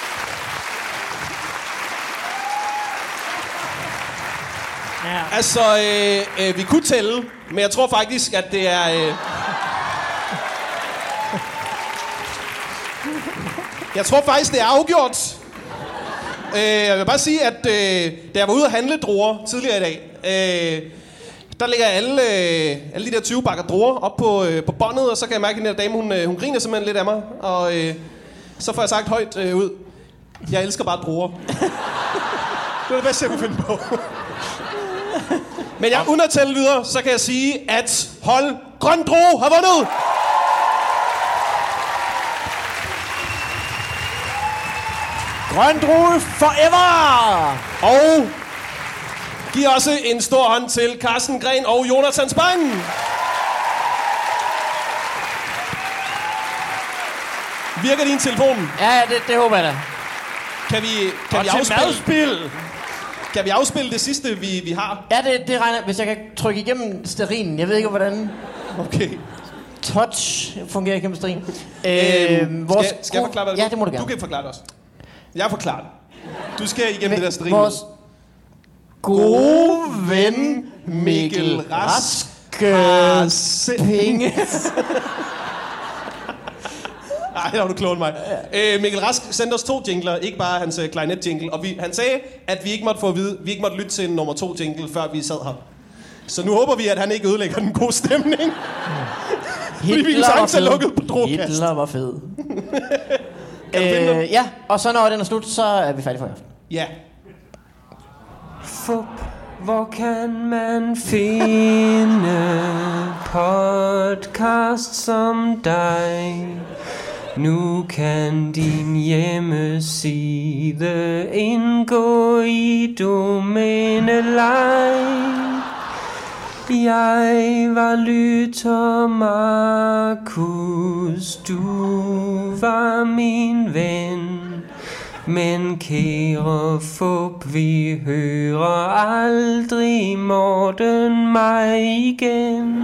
Ja. Altså, øh, øh, vi kunne tælle, men jeg tror faktisk, at det er... Øh... Jeg tror faktisk, det er afgjort. Øh, jeg vil bare sige, at øh, da jeg var ude at handle druer tidligere i dag, øh, der ligger alle, øh, alle de der tyve bakker druer op på, øh, på båndet, og så kan jeg mærke, at den her dame, hun, øh, hun griner simpelthen lidt af mig, og øh, så får jeg sagt højt øh, ud, jeg elsker bare druer. Det var det bedste, jeg kunne finde på. Men jeg, uden at tælle videre, så kan jeg sige, at hold Grøn Droge har vundet! Grøn Droge forever! Og giv også en stor hånd til Carsten Gren og Jonathan Spang. Virker din telefon? Ja, ja, det, det håber jeg da. Kan vi, kan og vi til afspille? madspil! Kan vi afspille det sidste, vi, vi har? Ja, det, det regner hvis jeg kan trykke igennem sterinen. Jeg ved ikke, hvordan... Okay. Touch fungerer igennem sterinen. Øhm, vores skal, skal jeg forklare, hvad det Ja, går? det må du gerne. Du kan forklare det også. Jeg forklarer det. Du skal igennem Men, det der sterin. vores gode ven Mikkel Rask har se- penge. Nej, der var du klogere end mig. Øh, Mikkel Rask sendte os to jingler, ikke bare hans uh, klarinet-jingle. Og vi, han sagde, at vi ikke måtte få at vide, vi ikke måtte lytte til en nummer to jingle, før vi sad her. Så nu håber vi, at han ikke ødelægger den gode stemning. Fordi vi sagtens er lukket på drogkast. Hitler var fed. Kan du finde den? øh, ja, og så når den er slut, så er vi færdige for i aften. Ja. Fup, hvor kan man finde podcast som dig? Nu kan din hjemmeside indgå i domænelej. Jeg var lytter Markus, du var min ven. Men kære fup, vi hører aldrig Morten mig igen.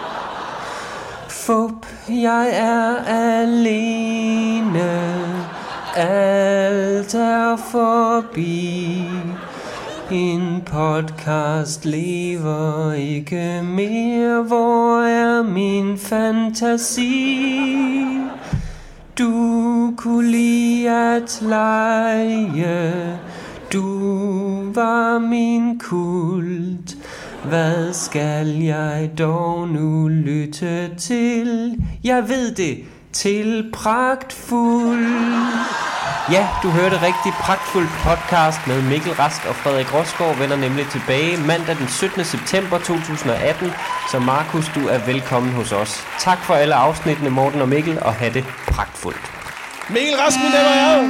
Fup, jeg er alene, alt er forbi. En podcast lever ikke mere, hvor er min fantasi? Du kunne lide at lege, du var min kult. Hvad skal jeg dog nu lytte til? Jeg ved det, til Pragtfuld. Ja, du hørte rigtig Pragtfuld podcast med Mikkel Rask og Frederik Rosgaard vender nemlig tilbage mandag den syttende september to tusind og atten. Så Markus, du er velkommen hos os. Tak for alle afsnittene, Morten og Mikkel, og have det pragtfuldt. Mikkel Rask, mine damer og herrer.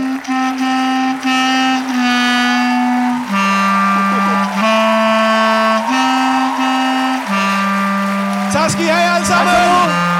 Tak skal I have alle sammen.